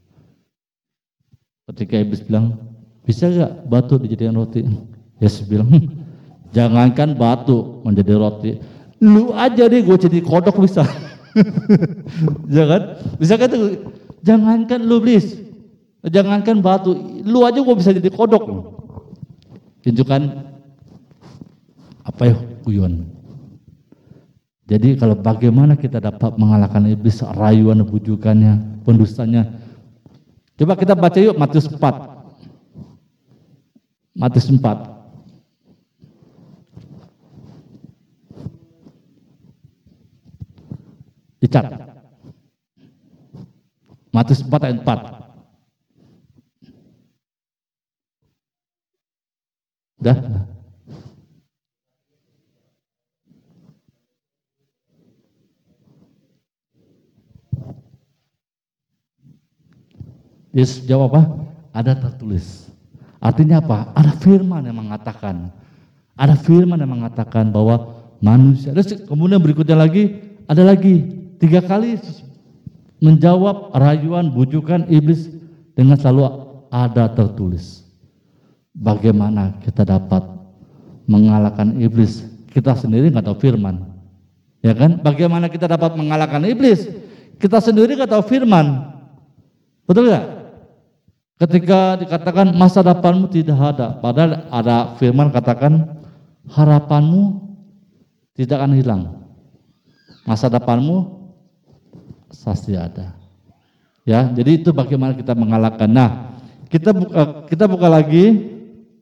Ketika iblis bilang, bisa gak batu dijadikan roti? Yesus bilang, jangankan batu menjadi roti, lu aja deh gue jadi kodok bisa. Jangan, bisa kan? Jangankan lu iblis, jangankan batu, lu aja gue bisa jadi kodok. Tunjukkan apa ya guyon. Jadi kalau bagaimana kita dapat mengalahkan iblis, rayuan, bujukannya, pendustanya. Coba kita baca yuk Matius 4. Matius 4. Dicat. Matius 4 ayat 4. Dah. Yesus jawab apa? Ada tertulis. Artinya apa? Ada firman yang mengatakan. Ada firman yang mengatakan bahwa manusia. Terus kemudian berikutnya lagi, ada lagi 3 kali Yesus menjawab rayuan, bujukan iblis dengan selalu ada tertulis. Bagaimana kita dapat mengalahkan iblis? Kita sendiri nggak tahu firman. Ya kan? Bagaimana kita dapat mengalahkan iblis? Kita sendiri nggak tahu firman. Betul nggak? Ketika dikatakan masa depanmu tidak ada, padahal ada firman katakan harapanmu tidak akan hilang, masa depanmu pasti ada. Ya, jadi itu bagaimana kita mengalahkan. Nah, kita buka lagi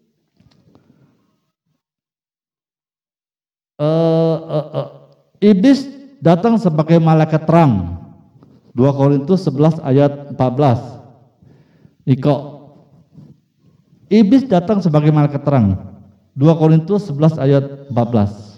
iblis datang sebagai malaikat terang. 2 Korintus 11 ayat 14. Iko, iblis datang sebagai malaikat terang. 2 Korintus 11 ayat 14.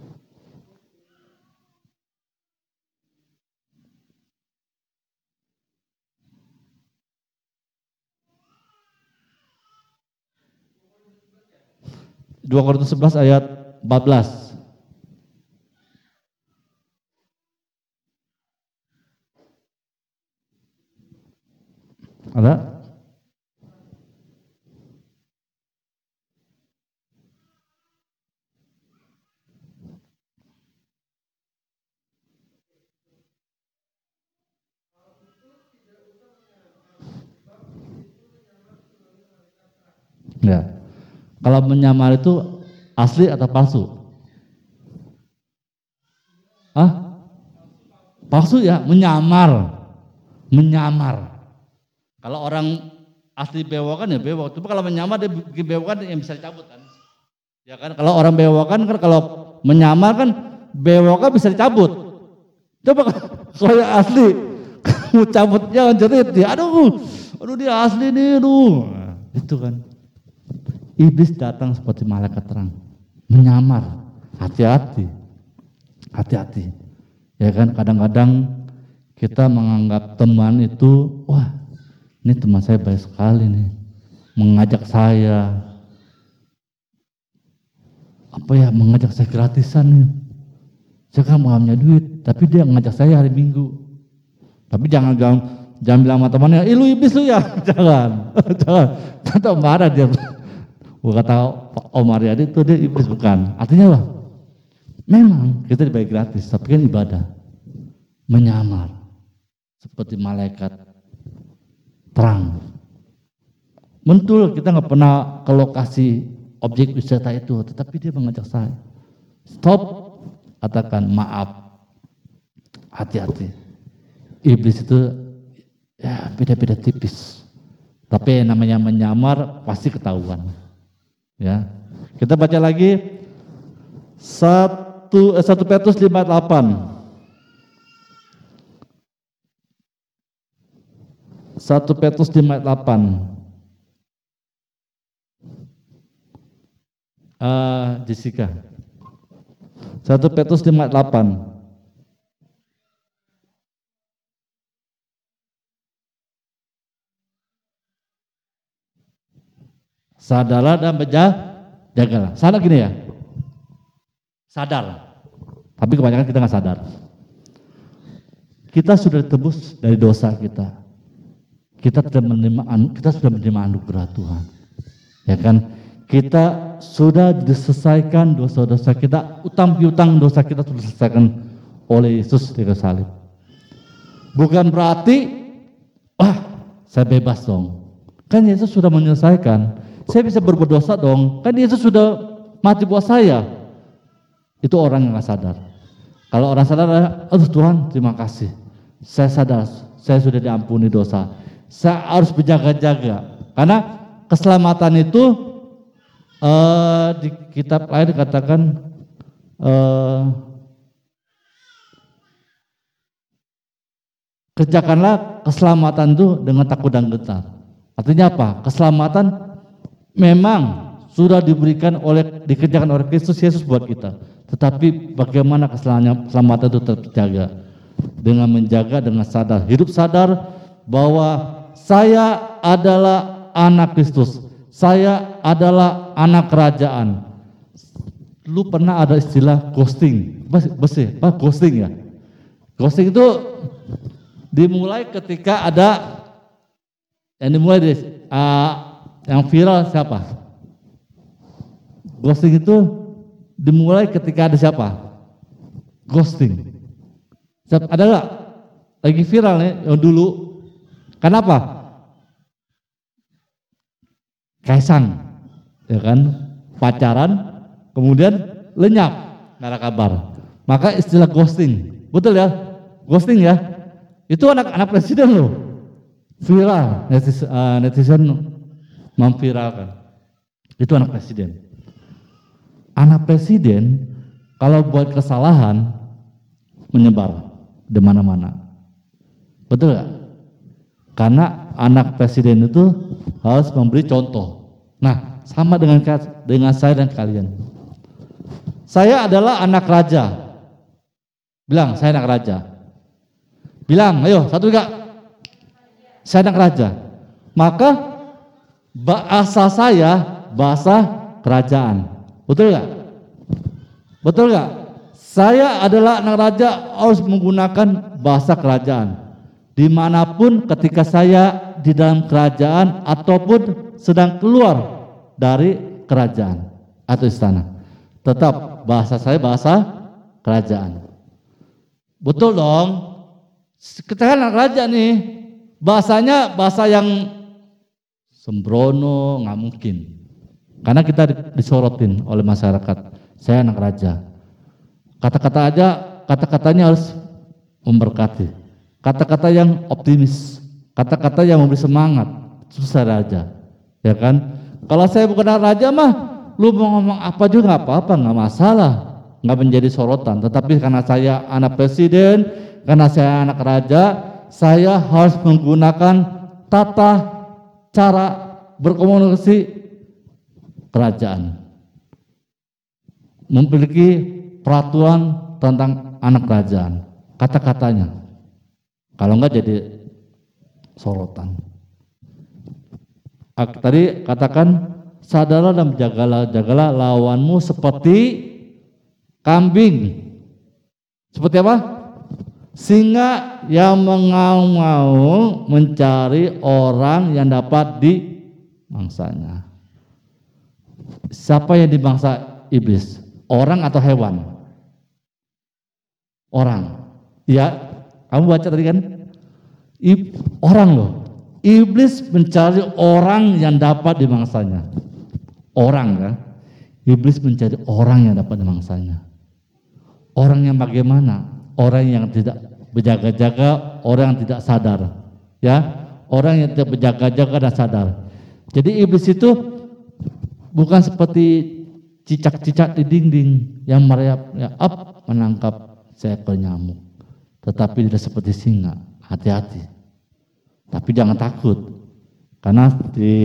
Dua Korintus 11 ayat 14. Ada? Ya. Kalau menyamar itu asli atau palsu? Hah? Palsu ya, menyamar. Menyamar. Kalau orang asli bewokan ya bewok. Tapi kalau menyamar dia bikin bewokan yang bisa dicabut kan. Ya kan, kalau orang bewokan kan kalau menyamar kan bewokan bisa dicabut. Coba kalau yang asli kamu cabutnya jerit dia, aduh dia asli nih, aduh. Nah, itu kan. Iblis datang seperti malaikat terang, menyamar. Hati-hati, hati-hati. Ya kan, kadang-kadang kita menganggap teman itu, wah, ini teman saya baik sekali nih, mengajak saya, mengajak saya gratisan nih. Saya kan mau punya duit, tapi dia ngajak saya hari Minggu. Tapi jangan bilang sama temannya, lu iblis lu ya, jangan, jangan. Atau marah dia. Kata Om Aryadi itu dia iblis, bukan. Artinya apa? Memang kita dibayar gratis, tapi kan ibadah. Menyamar. Seperti malaikat terang. Betul, kita nggak pernah ke lokasi objek wisata itu, tetapi dia mengajak saya. Stop, katakan maaf. Hati-hati. Iblis itu ya beda-beda tipis. Tapi namanya menyamar pasti ketahuan. Ya. Kita baca lagi 1 Petrus 5:8. 1 Petrus 5:8. Jessica. 1 Petrus 5:8. Sadarlah dan berjagalah. Sadar gini ya. Sadar. Tapi kebanyakan kita nggak sadar. Kita sudah ditebus dari dosa kita. Kita sudah menerima anugerah Tuhan. Ya kan? Kita sudah diselesaikan dosa-dosa kita, utang piutang dosa kita sudah diselesaikan oleh Yesus di kayu salib. Bukan berarti saya bebas dong. Kan Yesus sudah menyelesaikan. Saya bisa berbuat dosa dong. Kan Yesus sudah mati buat saya. Itu orang yang nggak sadar. Kalau orang sadar, aduh Tuhan terima kasih. Saya sadar, saya sudah diampuni dosa. Saya harus berjaga-jaga. Karena keselamatan itu di kitab lain dikatakan kerjakanlah keselamatan itu dengan takut dan gentar. Artinya apa? Keselamatan memang sudah dikerjakan oleh Kristus Yesus buat kita. Tetapi bagaimana keselamatan itu terjaga? Dengan menjaga, dengan sadar. Hidup sadar bahwa saya adalah anak Kristus. Saya adalah anak kerajaan. Lu pernah ada istilah ghosting? Ghosting ya? Ghosting itu dimulai ketika ada yang viral siapa? Ghosting itu dimulai ketika ada siapa? Ghosting. Ada nggak? Lagi viral nih yang dulu. Kenapa? Kaisang, ya kan? Pacaran, kemudian lenyap, nggak ada kabar. Maka istilah ghosting, betul ya? Ghosting ya? Itu anak presiden loh. Viral, netizen memviralkan. Itu anak presiden. Anak presiden kalau buat kesalahan menyebar di mana-mana. Betul gak? Karena anak presiden itu harus memberi contoh. Nah, sama dengan saya dan kalian. Saya adalah anak raja. Bilang, saya anak raja. Bilang, ayo, satu gak? Saya anak raja. Maka bahasa saya bahasa kerajaan. Betul gak? Betul gak? Saya adalah anak raja harus menggunakan bahasa kerajaan. Dimanapun ketika saya di dalam kerajaan ataupun sedang keluar dari kerajaan atau istana. Tetap bahasa saya bahasa kerajaan. Betul dong? Kita kan anak raja nih. Bahasanya bahasa yang sembrono, nggak mungkin. Karena kita disorotin oleh masyarakat. Saya anak raja. Kata-katanya harus memberkati. Kata-kata yang optimis, kata-kata yang memberi semangat. Itu saya raja, ya kan? Kalau saya bukan anak raja mah, lu mau ngomong apa juga nggak apa-apa, nggak masalah, nggak menjadi sorotan. Tetapi karena saya anak presiden, karena saya anak raja, saya harus menggunakan tata cara berkomunikasi kerajaan. memiliki peraturan tentang anak kerajaan. Kata-katanya. Kalau enggak jadi sorotan. Tadi katakan, sadarlah dan jagalah lawanmu seperti kambing. Seperti apa? Singa yang mengaum-ngaum mencari orang yang dapat dimangsanya. Siapa yang dimangsa iblis? Orang atau hewan? Orang. Ya, kamu baca tadi kan? Orang loh. Iblis mencari orang yang dapat dimangsanya. Orang kan? Iblis mencari orang yang dapat dimangsanya. Orang yang bagaimana? Orang yang tidak berjaga-jaga, orang yang tidak sadar. Ya, orang yang tidak berjaga-jaga dan sadar. Jadi iblis itu bukan seperti cicak-cicak di dinding yang merayap ya, menangkap seekor nyamuk. Tetapi tidak seperti singa. Hati-hati. Tapi jangan takut. Karena di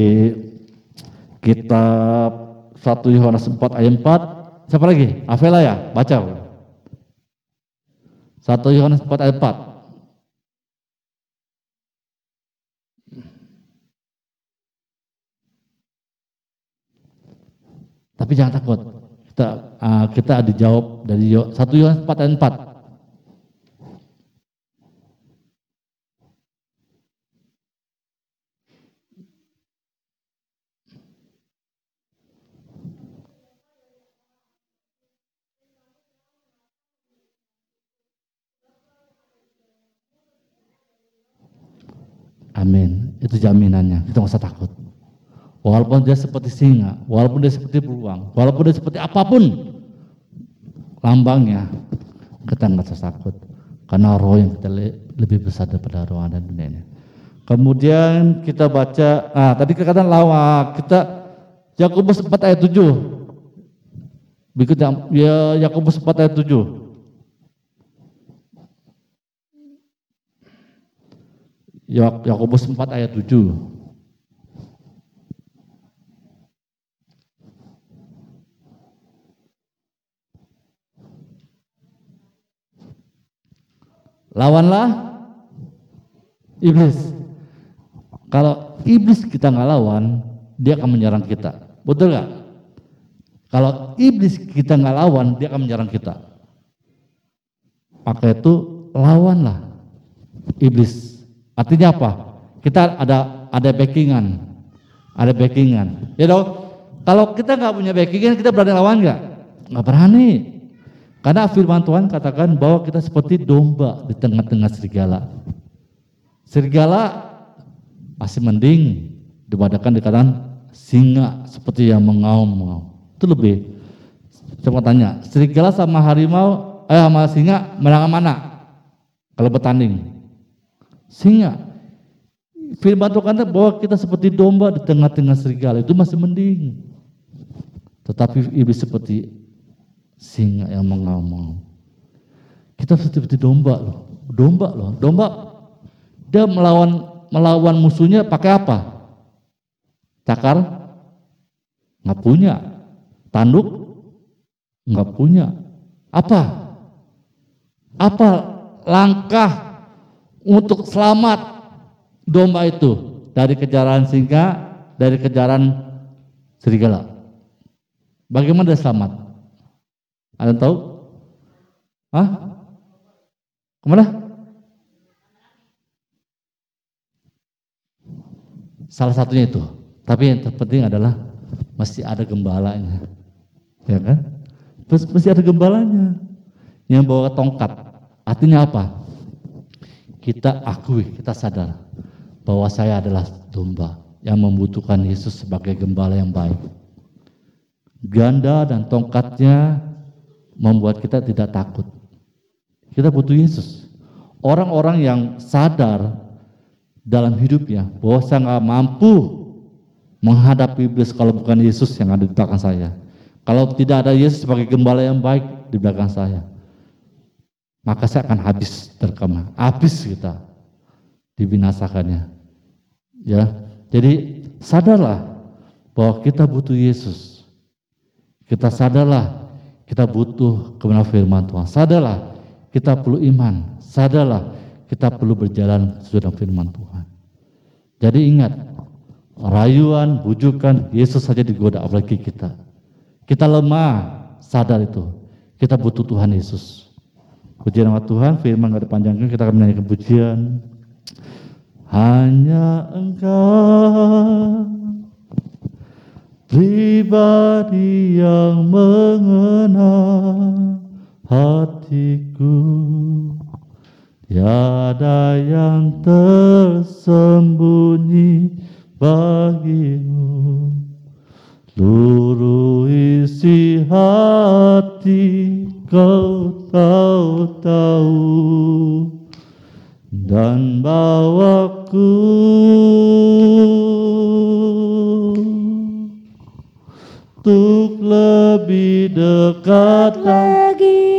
kitab 1 Yohanes 4 ayat 4, siapa lagi? Avela ya? Baca. 1 Yohanes 4 ayat 4. Tapi jangan takut. Kita dijawab dari 1 Yohanes 4 ayat 4. Amin. Itu jaminannya. Kita nggak usah takut. Walaupun dia seperti singa, walaupun dia seperti beruang, walaupun dia seperti apapun lambangnya, kita nggak usah takut. Karena roh yang kita lebih besar daripada roh dan dunia ini. Kemudian kita baca, tadi kata lawa kita Yakobus 4 ayat 7. Berikutnya ya Yakobus 4 ayat 7. Yakobus 4 ayat 7. Lawanlah iblis. Kalau iblis kita nggak lawan, dia akan menyerang kita. Betul nggak? Kalau iblis kita nggak lawan, dia akan menyerang kita. Maka itu lawanlah iblis. Artinya apa? Kita ada backingan, Ya dong. Kalau kita nggak punya backingan, kita berani lawan nggak? Nggak berani. Karena firman Tuhan katakan bahwa kita seperti domba di tengah-tengah serigala. Serigala masih mending dibandingkan dikatakan singa seperti yang mengaum-ngaum. Itu lebih. Coba tanya, serigala sama harimau, sama singa menang mana? Kalau bertanding? Singa. Firman Tuhan bahwa kita seperti domba di tengah-tengah serigala, itu masih mending. Tetapi iblis seperti singa yang mengaum-ngaum. Kita seperti domba loh. Domba dia melawan musuhnya pakai apa? Cakar? Nggak punya. Tanduk? Nggak punya. Apa langkah untuk selamat domba itu dari kejaran singa, dari kejaran serigala? Bagaimana dia selamat? Ada yang tahu? Kemana? Salah satunya itu. Tapi yang terpenting adalah mesti ada gembalanya, ya kan? Mesti ada gembalanya yang bawa tongkat. Artinya apa? Kita akui, kita sadar bahwa saya adalah domba yang membutuhkan Yesus sebagai gembala yang baik. Ganda dan tongkatnya membuat kita tidak takut. Kita butuh Yesus. Orang-orang yang sadar dalam hidupnya bahwa saya nggak mampu menghadapi iblis kalau bukan Yesus yang ada di belakang saya. Kalau tidak ada Yesus sebagai gembala yang baik di belakang saya, maka saya akan habis terkena, habis kita dibinasakannya. Ya, jadi sadarlah bahwa kita butuh Yesus. Kita sadarlah Kita butuh kebenaran firman Tuhan. Sadarlah, kita perlu iman. Sadarlah, kita perlu berjalan sesuai dengan firman Tuhan. Jadi ingat, rayuan, bujukan, Yesus saja digoda, apalagi kita. Kita lemah, sadar itu. Kita butuh Tuhan Yesus. Puji nama Tuhan, firman gak dipanjangkan, kita akan menyanyikan pujian. Hanya Engkau pribadi yang mengenal hatiku, tiada yang tersembunyi bagimu. Seluruh isi hati Kau tahu dan bawaku untuk lebih dekat lagi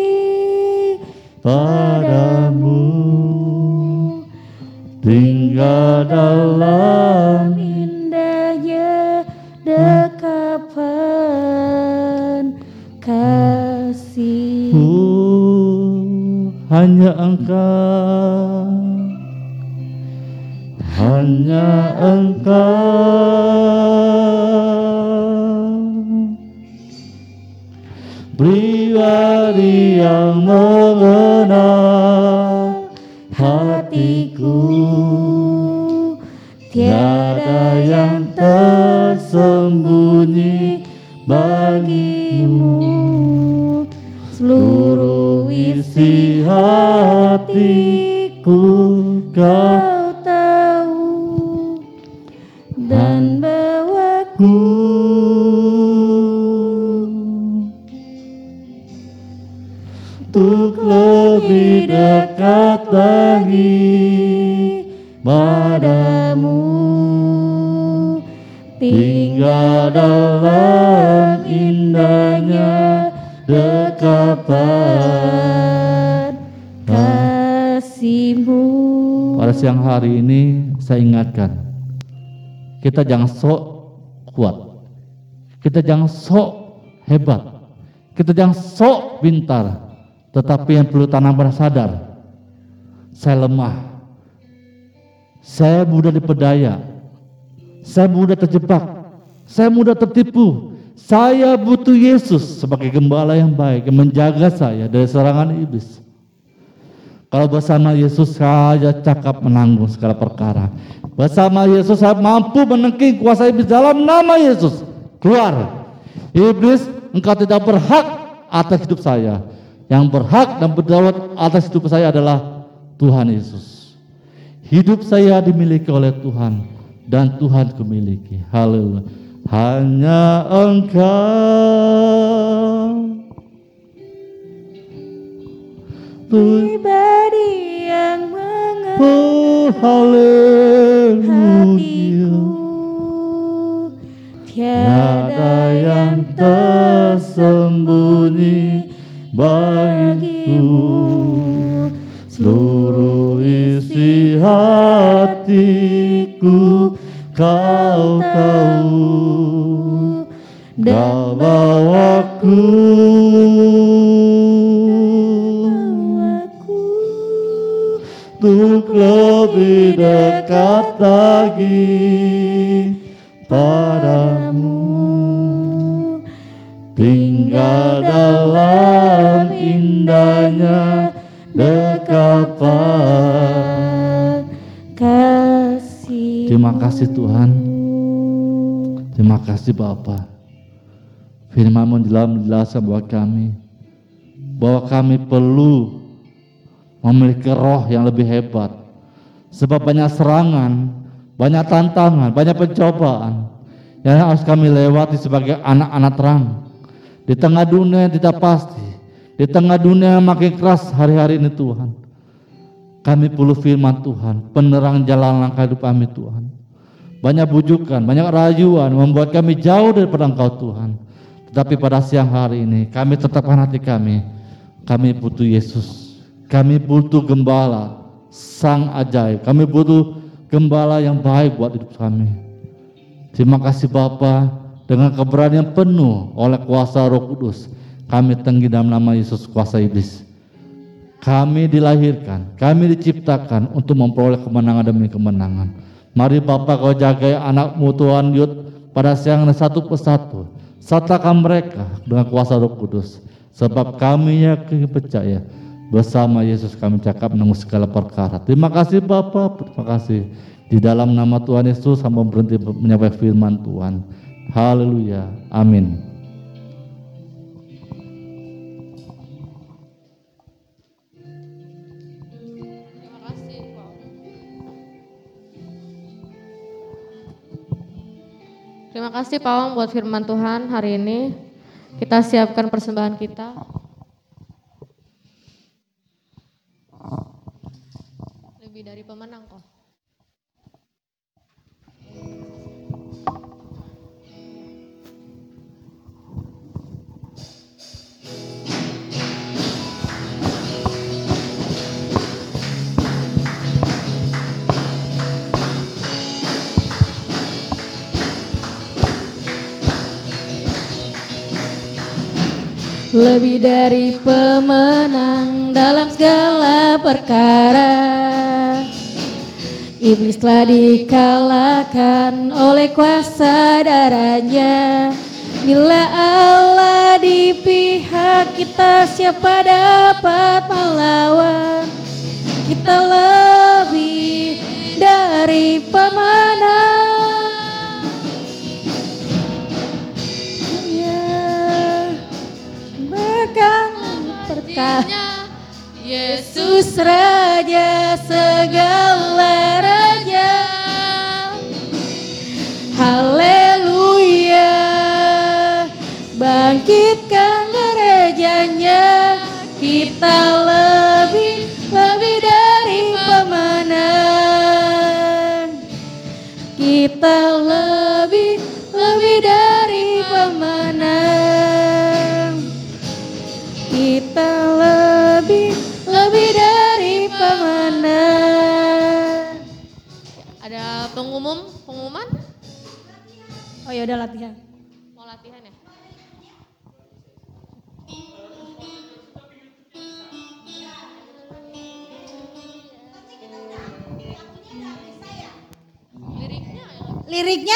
padamu, tinggal dalam indahnya dekapan kasih. Hanya Engkau, hanya Engkau pribadi yang mengenal hatiku, tiada yang tersembunyi bagimu. Seluruh isi hatiku Kau tahu dan bawaku untuk lebih dekat lagi padamu, tinggal dalam indahnya dekapan kasih-Mu. Pada siang hari ini saya ingatkan, kita jangan sok kuat, kita jangan sok hebat, kita jangan sok pintar, tetapi yang perlu tanam pada sadar, saya lemah, saya mudah dipedaya, saya mudah terjebak, saya mudah tertipu. Saya butuh Yesus sebagai gembala yang baik yang menjaga saya dari serangan iblis. Kalau bersama Yesus saya cakap menanggung segala perkara. Bersama Yesus saya mampu menengking kuasa iblis dalam nama Yesus. Keluar. Iblis, engkau tidak berhak atas hidup saya. Yang berhak dan berdaulat atas hidup saya adalah Tuhan Yesus. Hidup saya dimiliki oleh Tuhan dan Tuhan kumiliki. Haleluya. Hanya Engkau Pribadi yang mengenal haleluya. hatiku, tiada yang tersembunyi bagimu. Seluruh isi hatiku Kau tahu, dan bawaku untuk lebih dekat lagi padamu, tinggal dalam indahnya dekapan kasih. Terima kasih Tuhan, terima kasih Bapa. Firman-Mu menjelaskan bahwa kami perlu memiliki roh yang lebih hebat. Sebab banyak serangan, banyak tantangan, banyak pencobaan yang harus kami lewati sebagai anak-anak terang. Di tengah dunia yang tidak pasti, di tengah dunia yang makin keras hari-hari ini Tuhan, kami perlu firman Tuhan, penerang jalan langkah hidup kami Tuhan. Banyak bujukan, banyak rayuan membuat kami jauh daripada Engkau Tuhan. Tetapi pada siang hari ini kami tetapkan hati kami butuh Yesus. Kami butuh gembala sang ajaib. Kami butuh gembala yang baik buat hidup kami. Terima kasih Bapa, dengan keberanian penuh oleh kuasa Roh Kudus. Kami tinggi dalam nama Yesus kuasa iblis. Kami dilahirkan, kami diciptakan untuk memperoleh kemenangan demi kemenangan. Mari Bapa Kau jagai anak-Mu Tuhan Yud pada siang satu persatu. Sertakan mereka dengan kuasa Roh Kudus. Sebab kami yakin percaya bersama Yesus kami cakap menembus segala perkara. Terima kasih Bapa, terima kasih. Di dalam nama Tuhan Yesus hamba berhenti menyampaikan firman Tuhan. Haleluya, amin. Terima kasih Pak Wang buat firman Tuhan hari ini. Kita siapkan persembahan kita. Lebih dari pemenang kok. Lebih dari pemenang dalam segala perkara, iblis telah dikalahkan oleh kuasa darahnya. Bila Allah di pihak kita, siapa dapat melawan? Kita lebih dari pemenang. Yesus Raja segala raja, haleluya. Bangkitkan gerejanya, kita lebih dari pemenang. Kita lebih dari pemenang. Kita lebih dari pemenang. Ada pengumuman? Oh ya udah latihan. Mau latihan ya? Liriknya?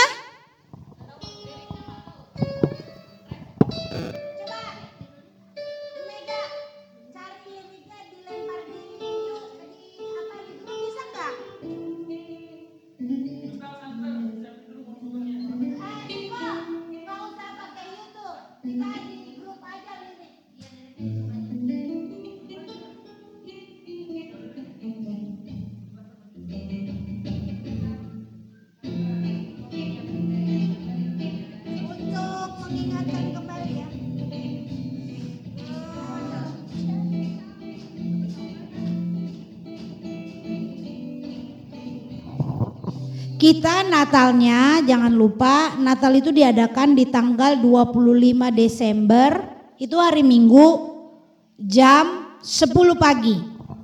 Kita Natalnya jangan lupa, Natal itu diadakan di tanggal 25 Desember, itu hari Minggu jam 10 pagi.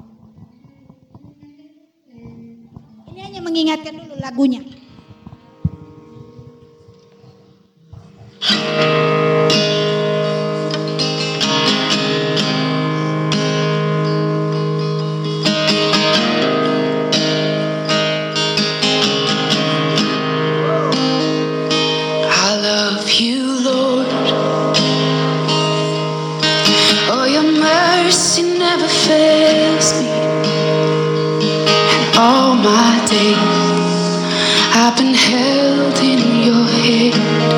Ini hanya mengingatkan dulu lagunya. I've been held in your hand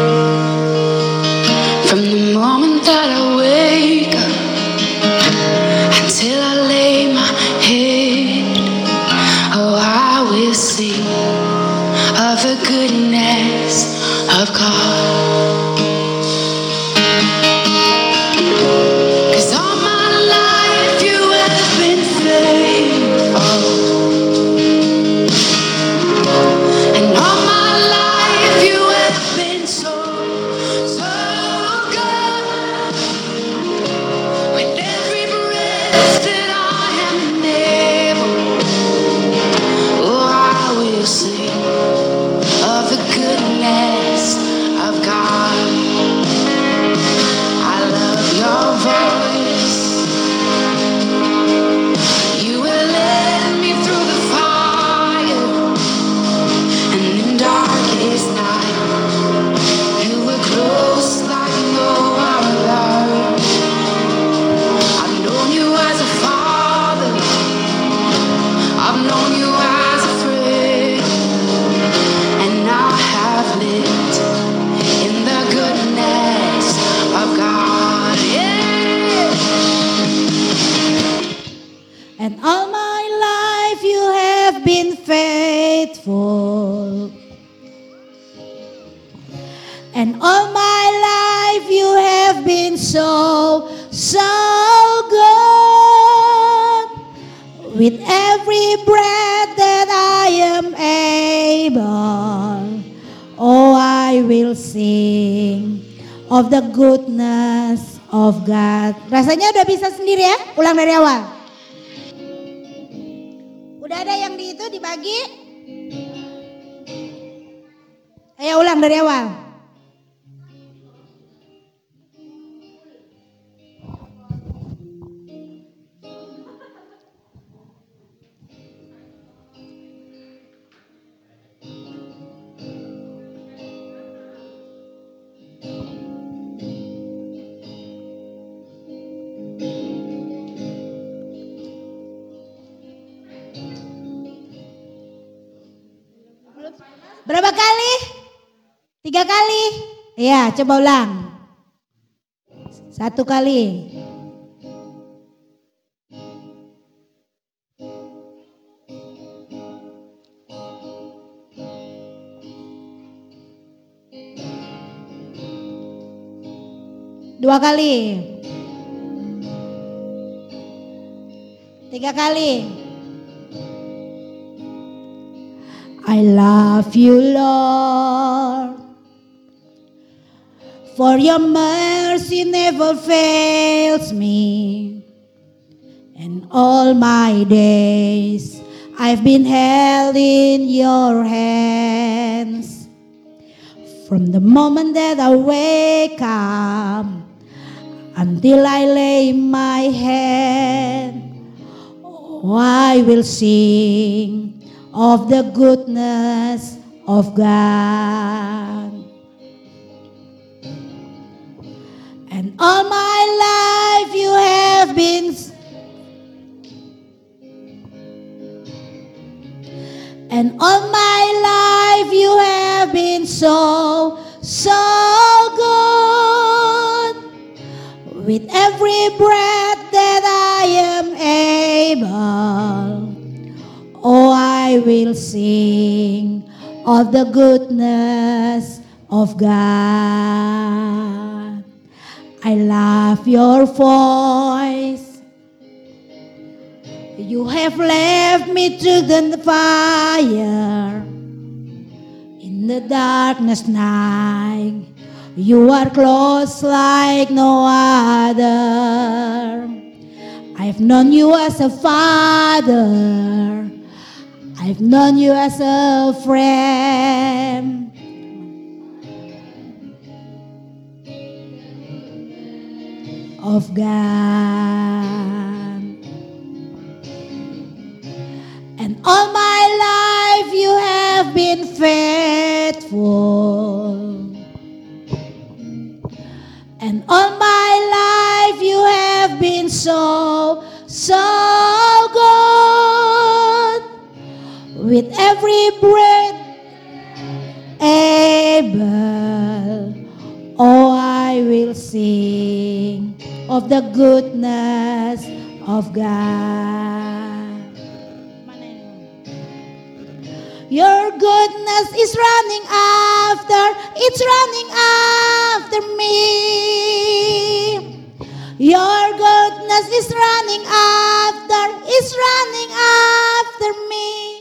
from the moment that I wake up until I lay my head. Oh, I will sing of the goodness of God. 'Cause all my life you have been faithful. And all my life you have been faithful. And all my life you have been so good. With every breath that I am able, oh, I will sing of the goodness of God. Rasanya udah bisa sendiri ya? Ulang dari awal. Udah ada yang di itu dibagi? Ayo ulang dari awal. Berapa kali? 3 kali? Iya, coba ulang. 1 kali. Dua kali. 3 kali. I love you, Lord, for your mercy never fails me. And all my days I've been held in your hands. From the moment that I wake up until I lay my head, oh, I will sing of the goodness of God. And all my life you have been, and all my life you have been so good. With every breath that I am able, oh, I will sing of the goodness of God. I love your voice. You have left me through the fire. In the darkness night, you are close like no other. I've known you as a father. I've known you as a friend. Of God. And all my life you have been faithful. And all my life you have been so good. With every breath able, oh, I will sing of the goodness of God. Your goodness is running after, it's running after me. Your goodness is running after, it's running after me.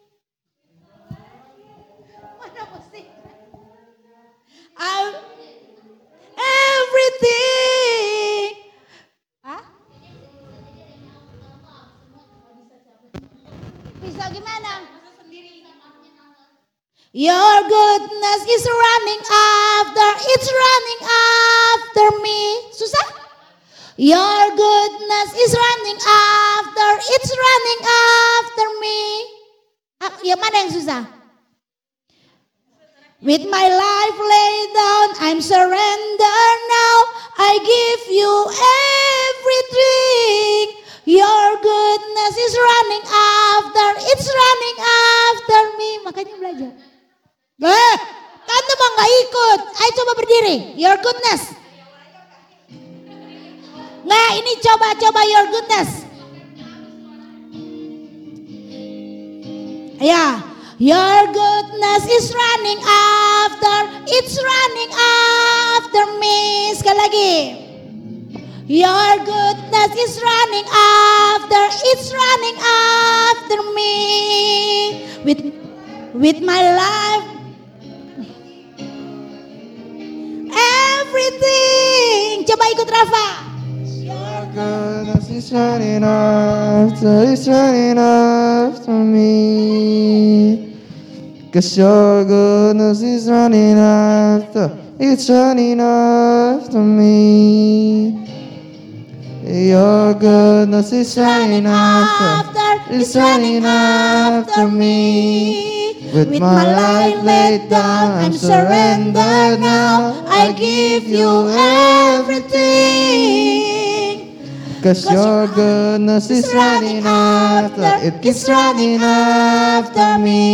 Everything. Hah? Bisa gimana? Your goodness is running after, it's running after me. Susah? Your goodness is running after, it's running after me. Yang mana yang susah? With my life laid down, I'm surrendered now. I give you everything. Your goodness is running after, it's running after me. Makanya belajar. Tante mau gak ikut? Ayo coba berdiri. Your goodness. Nah ini coba your goodness. Ya, your goodness is running after me. Sekali lagi. Your goodness is running after me. With my life, everything. Coba ikut Rafa. Your goodness is running after me. 'Cause your goodness is running after me. Your goodness is running after me. With my life laid down, I'm surrendered now. I give you everything. 'Cause your goodness is running after, it keeps running after me.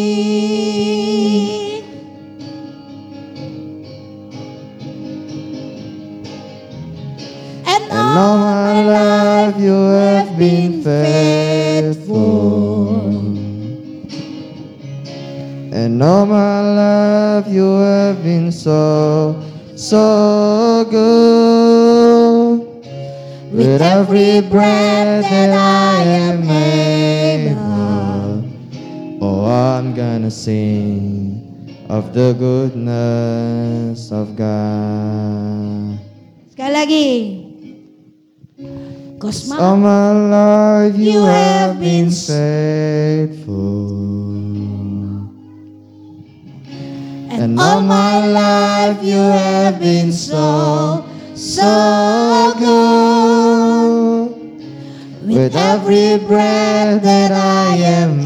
And all my life you have been faithful. And all my life you have been so good. With every breath that I am able, oh, I'm gonna sing of the goodness of God. Sekali lagi. 'Cause All my life you have been faithful. And all my life you have been so good. With every breath that I am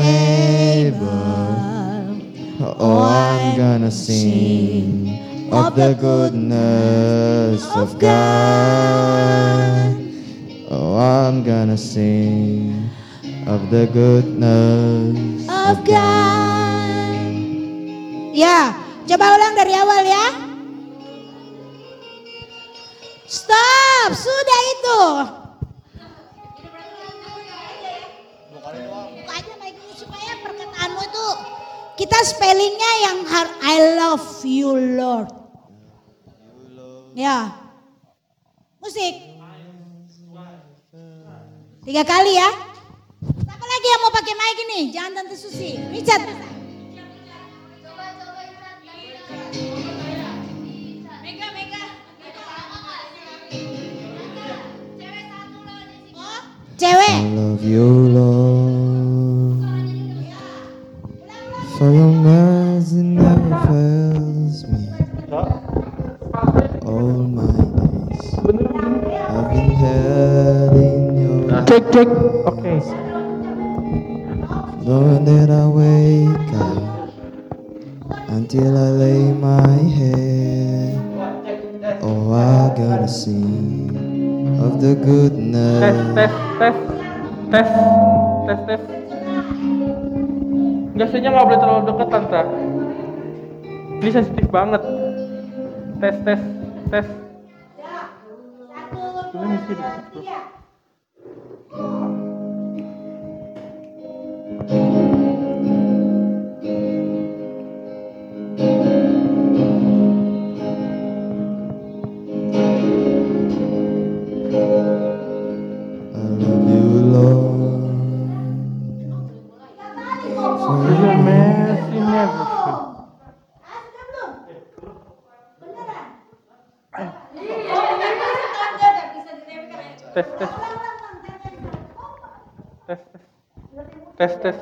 able, oh, I'm gonna sing of the goodness of God. Oh, I'm gonna sing of the goodness of God. Ya, coba ulang dari awal ya. Stop, sudah itu. Buka aja mic-nya supaya perkataanmu itu kita spellingnya yang I love you Lord. Ya, musik. 3 kali ya. Siapa lagi yang mau pakai mic ini? Jangan Tante Susi. Richard. Cewek. I love you, Lord, for your mercy never fails me. All my days I've been held in your Cek. Oke. Lord, that I wake up until I lay my head. Oh, I gotta sing of the goodness. Tes. Biasanya nggak boleh terlalu dekat tante. Ini sensitif banget. Tes. Ini mesti dekat, bro. I love you, Lord, for Your mercy never fails. Tes.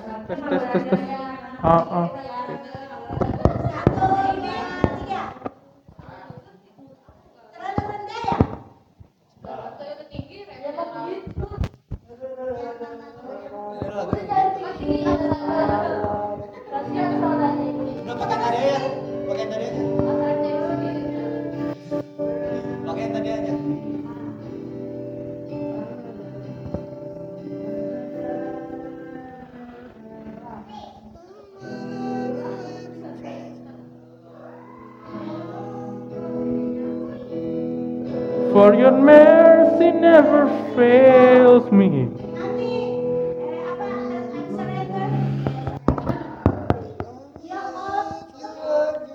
For your mercy never fails me.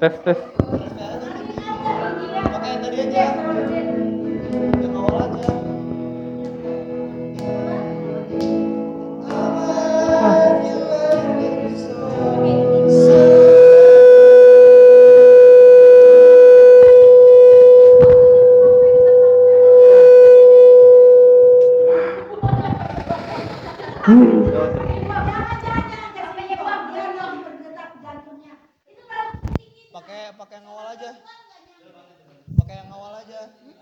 tes tes. Pakai tadi aja. Yang awal aja. Pakai yang awal aja. Pakai yang awal aja.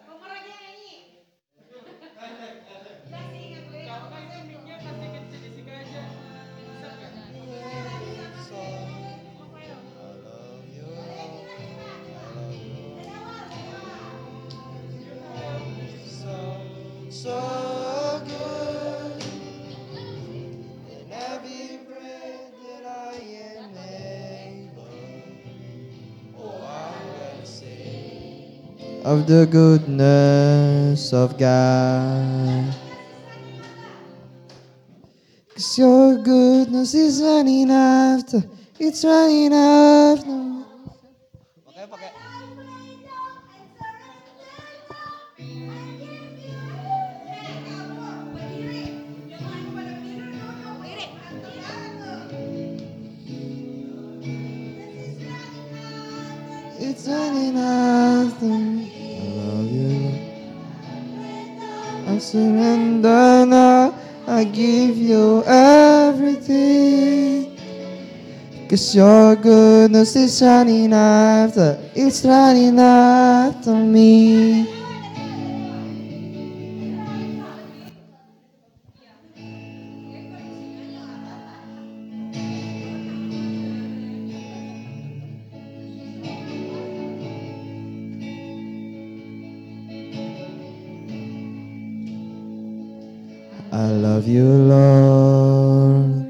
So good in every breath that I am able. Oh, I will sing of the goodness of God. 'Cause your goodness is running after, it's running after. Pakai. It's running after me. I love you. I surrender now. I give you everything. 'Cause your goodness is running after. It's running after me. I love you, Lord,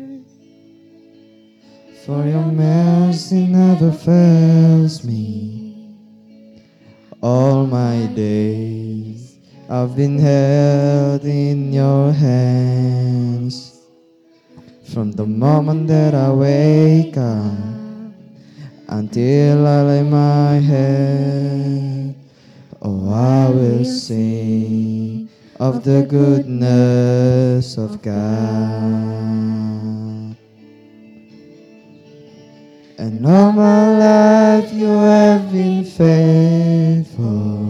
for your mercy never fails me. All my days I've been held in your hands. From the moment that I wake up until I lay my head, oh, I will sing of the goodness of God. And all my life you have been faithful.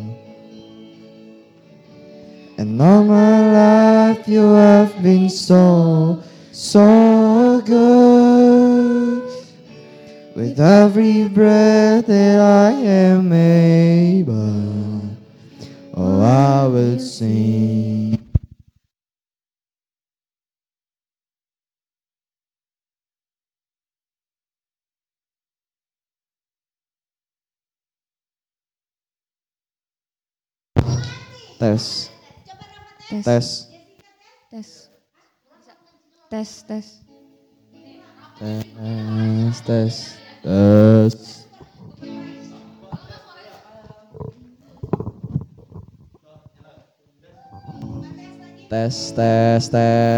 And all my life you have been so, so good. With every breath that I am able, oh, I will sing. Tes. Tes. Tes. Tes, tes. Tes. Tes. Tes, tes,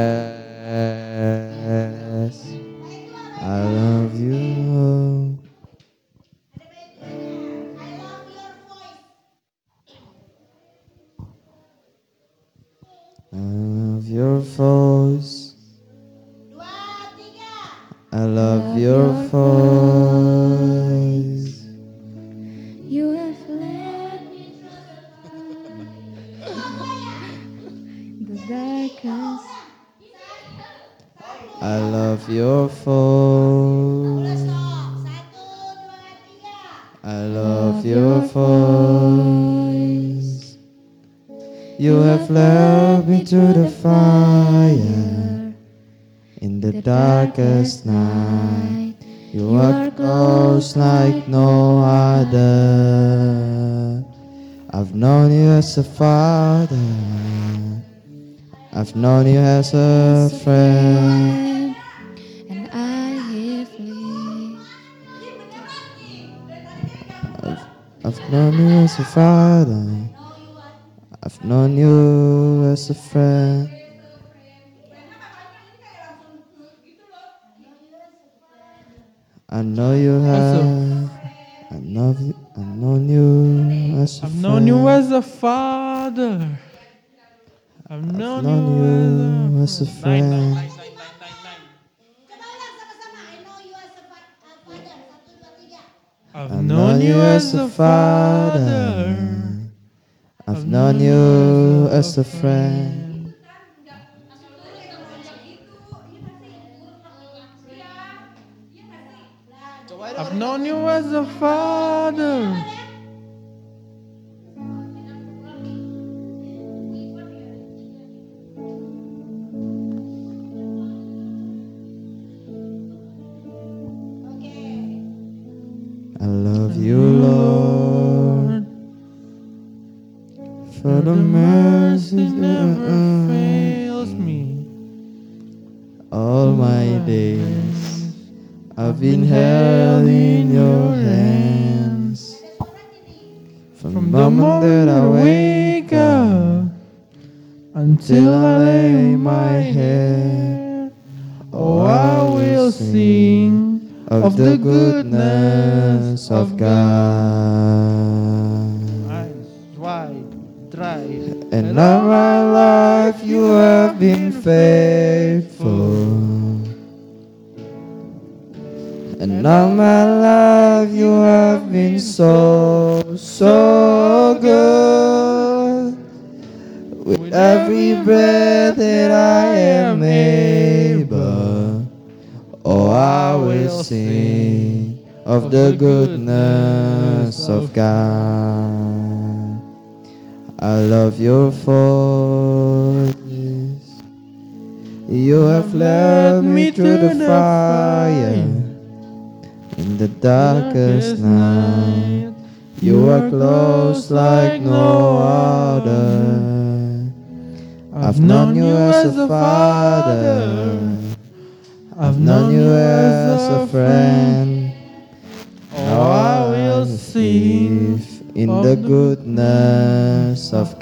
tes. I love you. I love your voice. I love your voice. You have led me the darkest. I love your voice. I love your voice. You have led me to the fire in the darkest night. You are close like no other. I've known you as a father. I've known you as a friend. And I have lived. I've known you as a father. I've known you as a friend. I know you have. I've known you as a I've friend. known you as a father. I've known you as a friend. I've known you as a father. I've known you as a friend. I've known you as a father. I love you, Lord, for the mercy Never fails me. all my days. I've been held in your hands from the moment that I wake up until I lay my head. Oh, I will sing of the goodness of God. Eyes wide, dry. And all my life you have been faithful. And all my life you have been so, so good. With every breath that I am able, oh, I will sing of the goodness of God. I love your voice. You have led me through the fire. In the darkest night, you are close like no other. I've known you as a father. I've known you as a friend. Now I will live in the goodness of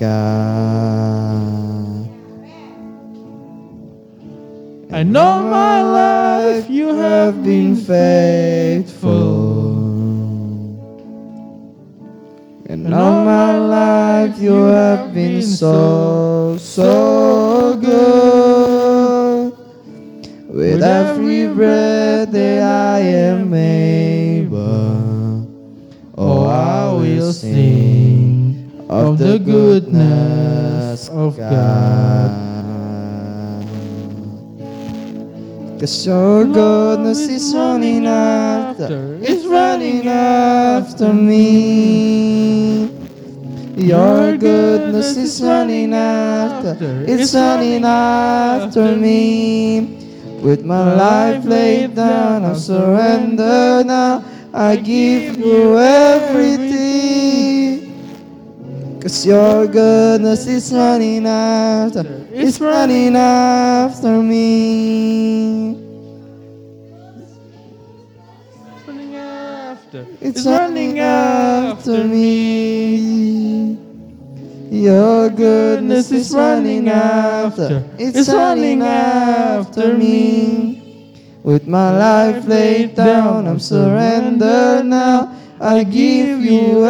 God. I know my life you have been faithful. And all my life you have been so, so good. With every breath that I am able, oh, I will sing of the goodness of God. 'Cause your goodness is running after, it's running after me. Your goodness is running after, it's running after me. With my life laid down, I surrender now. I give you everything. 'Cause your goodness is running after, it's running after me. running after. It's running after me. Your goodness is running after, it's running after me. With my life laid down, I'm surrendered now. I give you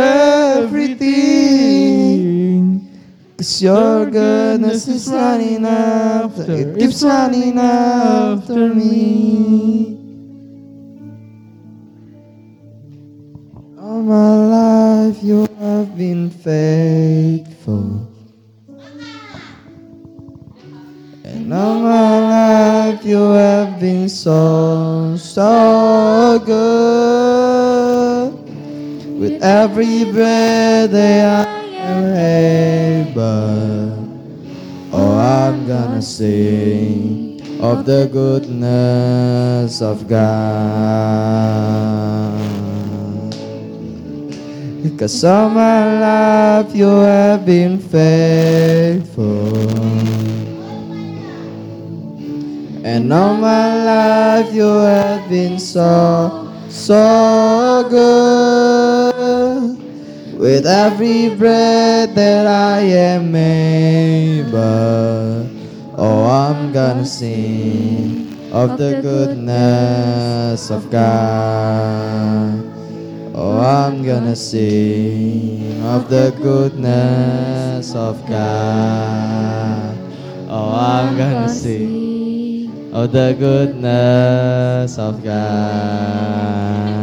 everything. 'Cause your goodness is running after, it keeps running after me. All my life you have been faithful. And all my life you have been so, so good. With every breath that I am able, oh, I'm gonna sing of the goodness of God. Because all my life you have been faithful. And all my life you have been so, so good. With every breath that I am able, oh, I'm gonna sing of the goodness of God. Oh, I'm gonna sing of the goodness of God. Oh, I'm gonna sing of the goodness of God.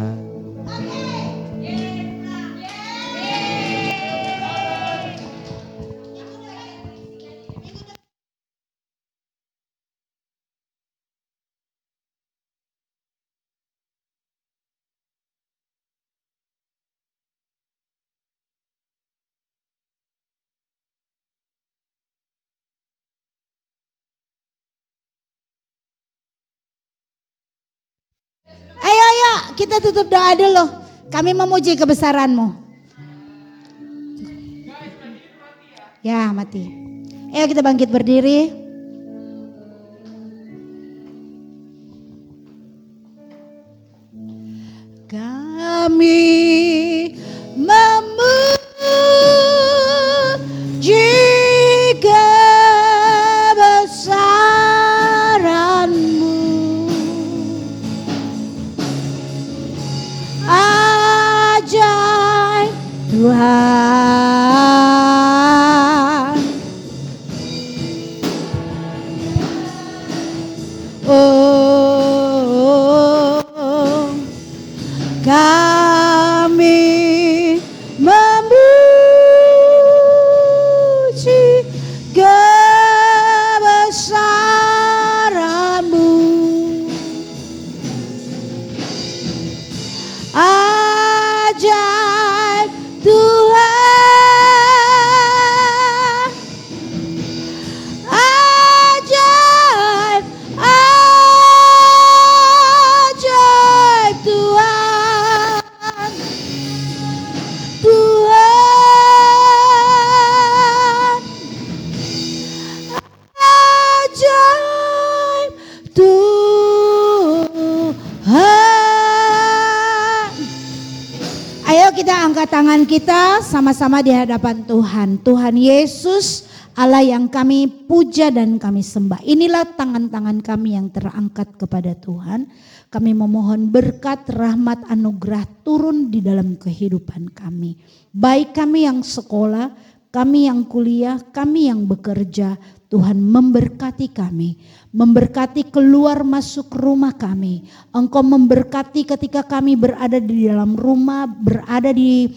Ayo, kita tutup doa dulu. Kami memuji kebesaran-Mu. Ya, mati. Ayo kita bangkit berdiri. Kami memuji kebesaran-Mu. Ajaib Tuhan. Oh, kami memuji kebesaran-Mu. Ajaib Tuhan, ajaib, ajaib Tuhan, Tuhan, ajaib Tuhan. Ayo kita angkat tangan kita sama-sama di hadapan Tuhan. Tuhan Yesus, Allah yang kami puja dan kami sembah. Inilah tangan-tangan kami yang terangkat kepada Tuhan. Kami memohon berkat, rahmat, anugerah turun di dalam kehidupan kami. Baik kami yang sekolah, kami yang kuliah, kami yang bekerja. Tuhan memberkati kami, memberkati keluar masuk rumah kami. Engkau memberkati ketika kami berada di dalam rumah, berada di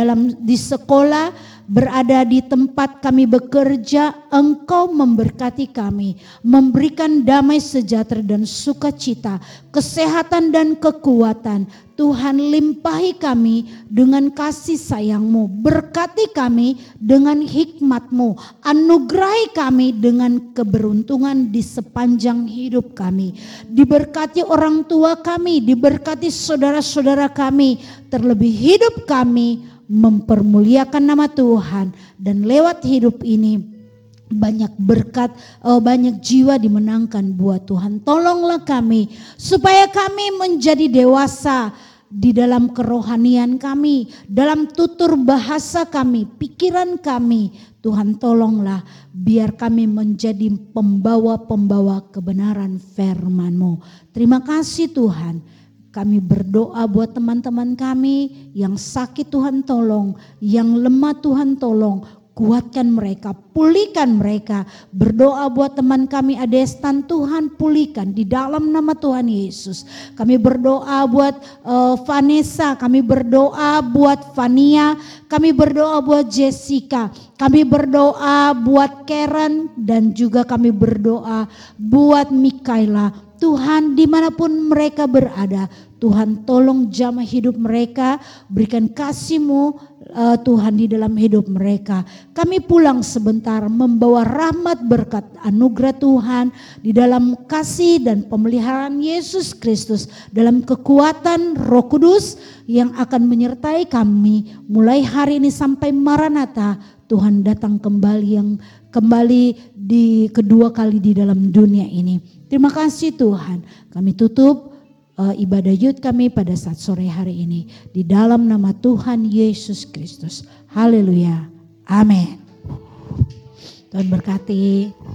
sekolah, berada di tempat kami bekerja. Engkau memberkati kami, memberikan damai sejahtera dan sukacita, kesehatan dan kekuatan. Tuhan limpahi kami dengan kasih sayang-Mu, berkati kami dengan hikmat-Mu, anugerahi kami dengan keberuntungan di sepanjang hidup kami. Diberkati orang tua kami, diberkati saudara-saudara kami, terlebih hidup kami mempermuliakan nama Tuhan. Dan lewat hidup ini banyak berkat, banyak jiwa dimenangkan buat Tuhan. Tolonglah kami supaya kami menjadi dewasa di dalam kerohanian kami, dalam tutur bahasa kami, pikiran kami. Tuhan tolonglah biar kami menjadi pembawa-pembawa kebenaran firman-Mu. Terima kasih Tuhan. Kami berdoa buat teman-teman kami yang sakit, Tuhan tolong, yang lemah Tuhan tolong, kuatkan mereka, pulihkan mereka. Berdoa buat teman kami Adestan, Tuhan pulihkan di dalam nama Tuhan Yesus. Kami berdoa buat Vanessa, kami berdoa buat Vania, kami berdoa buat Jessica, kami berdoa buat Karen, dan juga kami berdoa buat Mikaela. Tuhan dimanapun mereka berada, Tuhan tolong jamah hidup mereka, berikan kasih-Mu Tuhan di dalam hidup mereka. Kami pulang sebentar membawa rahmat berkat anugerah Tuhan di dalam kasih dan pemeliharaan Yesus Kristus, dalam kekuatan Roh Kudus yang akan menyertai kami mulai hari ini sampai Maranatha. Tuhan datang kembali di kedua kali di dalam dunia ini. Terima kasih Tuhan. Kami tutup ibadah yud kami pada saat sore hari ini di dalam nama Tuhan Yesus Kristus. Haleluya. Amin. Tuhan berkati.